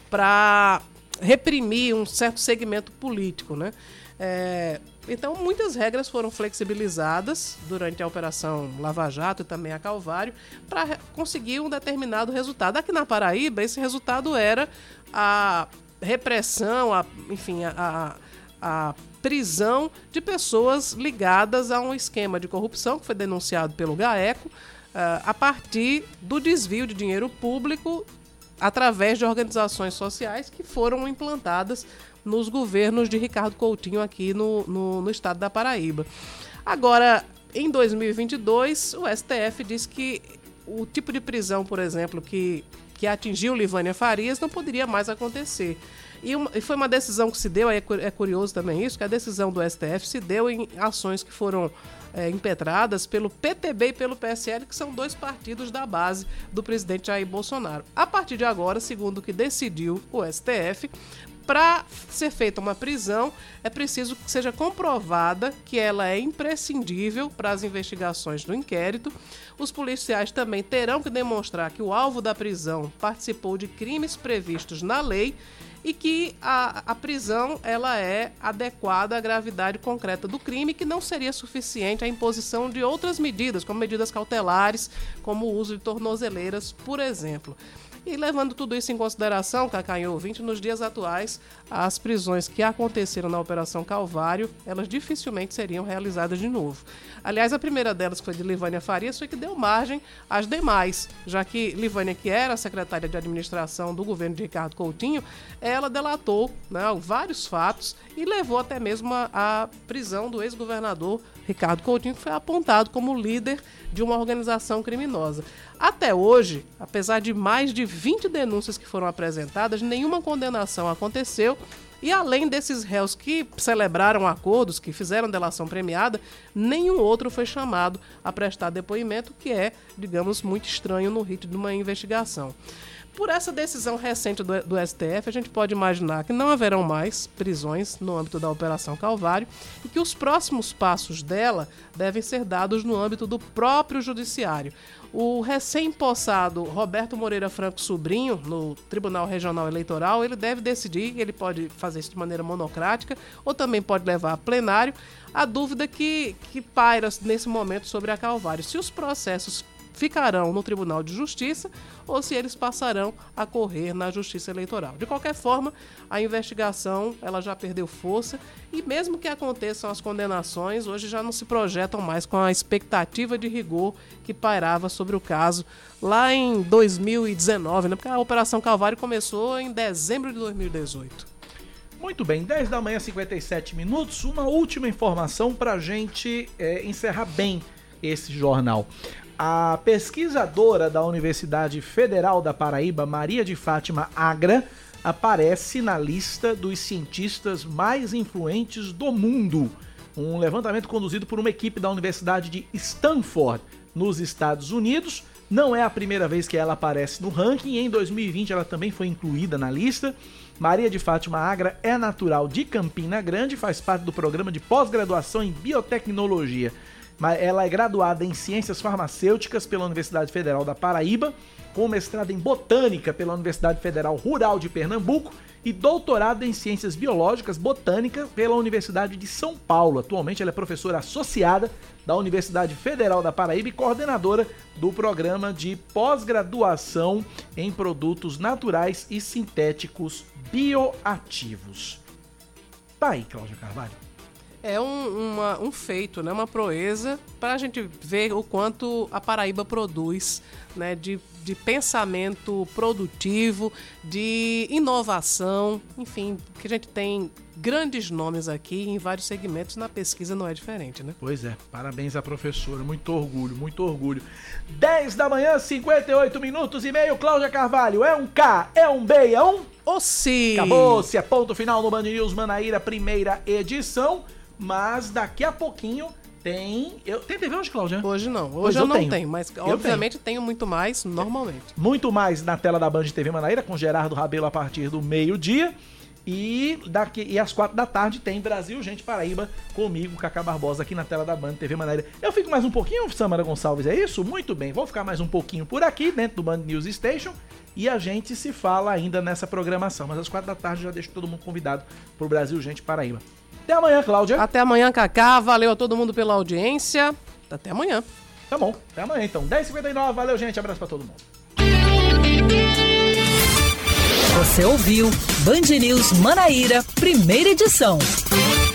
C: para reprimir um certo segmento político, né? É, então, muitas regras foram flexibilizadas durante a Operação Lava Jato e também a Calvário para conseguir um determinado resultado. Aqui na Paraíba, esse resultado era a repressão, a, enfim, a, a prisão de pessoas ligadas a um esquema de corrupção que foi denunciado pelo GAECO uh, a partir do desvio de dinheiro público através de organizações sociais que foram implantadas nos governos de Ricardo Coutinho aqui no, no, no estado da Paraíba. Agora, em dois mil e vinte e dois, o S T F disse que o tipo de prisão, por exemplo, que, que atingiu Livânia Farias não poderia mais acontecer. E, uma, e foi uma decisão que se deu, aí é curioso também isso, que a decisão do S T F se deu em ações que foram é, impetradas pelo P T B e pelo P S L, que são dois partidos da base do presidente Jair Bolsonaro. A partir de agora, segundo o que decidiu o S T F, para ser feita uma prisão, é preciso que seja comprovada que ela é imprescindível para as investigações do inquérito. Os policiais também terão que demonstrar que o alvo da prisão participou de crimes previstos na lei e que a, a prisão ela é adequada à gravidade concreta do crime, que não seria suficiente a imposição de outras medidas, como medidas cautelares, como o uso de tornozeleiras, por exemplo. E levando tudo isso em consideração, Cacá e ouvinte, nos dias atuais, as prisões que aconteceram na Operação Calvário, elas dificilmente seriam realizadas de novo. Aliás, a primeira delas, que foi de Livânia Farias, foi que deu margem às demais, já que Livânia, que era a secretária de administração do governo de Ricardo Coutinho, ela delatou, né, vários fatos e levou até mesmo a, a prisão do ex-governador Ricardo Coutinho, que foi apontado como líder de uma organização criminosa. Até hoje, apesar de mais de vinte denúncias que foram apresentadas, nenhuma condenação aconteceu. E além desses réus que celebraram acordos, que fizeram delação premiada, nenhum outro foi chamado a prestar depoimento, que é, digamos, muito estranho no rito de uma investigação. Por essa decisão recente do, do S T F, a gente pode imaginar que não haverão mais prisões no âmbito da Operação Calvário e que os próximos passos dela devem ser dados no âmbito do próprio judiciário. O recém-possado Roberto Moreira Franco Sobrinho, no Tribunal Regional Eleitoral, ele deve decidir, ele pode fazer isso de maneira monocrática ou também pode levar a plenário, a dúvida que, que paira nesse momento sobre a Calvário. Se os processos ficarão no Tribunal de Justiça ou se eles passarão a correr na Justiça Eleitoral. De qualquer forma, a investigação ela já perdeu força e mesmo que aconteçam as condenações, hoje já não se projetam mais com a expectativa de rigor que pairava sobre o caso lá em dois mil e dezenove, né? Porque a Operação Calvário começou em dezembro de dois mil e dezoito.
B: Muito bem, dez da manhã, cinquenta e sete minutos. Uma última informação para a gente é, encerrar bem esse jornal. A pesquisadora da Universidade Federal da Paraíba, Maria de Fátima Agra, aparece na lista dos cientistas mais influentes do mundo. Um levantamento conduzido por uma equipe da Universidade de Stanford, nos Estados Unidos. Não é a primeira vez que ela aparece no ranking. Em dois mil e vinte ela também foi incluída na lista. Maria de Fátima Agra é natural de Campina Grande, faz parte do programa de pós-graduação em biotecnologia. Ela é graduada em Ciências Farmacêuticas pela Universidade Federal da Paraíba, com mestrado em Botânica pela Universidade Federal Rural de Pernambuco e doutorado em Ciências Biológicas Botânica pela Universidade de São Paulo. Atualmente ela é professora associada da Universidade Federal da Paraíba e coordenadora do programa de pós-graduação em produtos naturais e sintéticos bioativos. Tá aí, Cláudia Carvalho.
C: É um, uma, um feito, né? Uma proeza para a gente ver o quanto a Paraíba produz, né? de, de pensamento produtivo, de inovação, enfim, que a gente tem grandes nomes aqui em vários segmentos, na pesquisa não é diferente, né?
B: Pois é, parabéns à professora, muito orgulho, muito orgulho. dez da manhã, cinquenta e oito minutos e meio, Cláudia Carvalho, é um K, é um B, é um...
C: Ô, sim!
B: Acabou-se, é ponto final no Band News Manaíra, primeira edição. Mas daqui a pouquinho tem... Eu, tem T V hoje, Cláudia?
C: Hoje não. Hoje pois eu, eu não tenho, tenho mas eu obviamente tenho. tenho muito mais normalmente.
B: Muito mais na tela da Band T V Manaíra, com Gerardo Rabelo a partir do meio-dia. E, daqui, e às quatro da tarde tem Brasil Gente Paraíba comigo, Cacá Barbosa, aqui na tela da Band T V Manaíra. Eu fico mais um pouquinho, Samara Gonçalves, é isso? Muito bem, vou ficar mais um pouquinho por aqui, dentro do Band News Station. E a gente se fala ainda nessa programação. Mas às quatro da tarde já deixo todo mundo convidado pro Brasil Gente Paraíba. Até amanhã, Cláudia.
C: Até amanhã, Cacá. Valeu a todo mundo pela audiência. Até amanhã.
B: Tá bom. Até amanhã, então. dez e cinquenta e nove. Valeu, gente. Abraço pra todo mundo.
A: Você ouviu Band News Manaíra, primeira edição.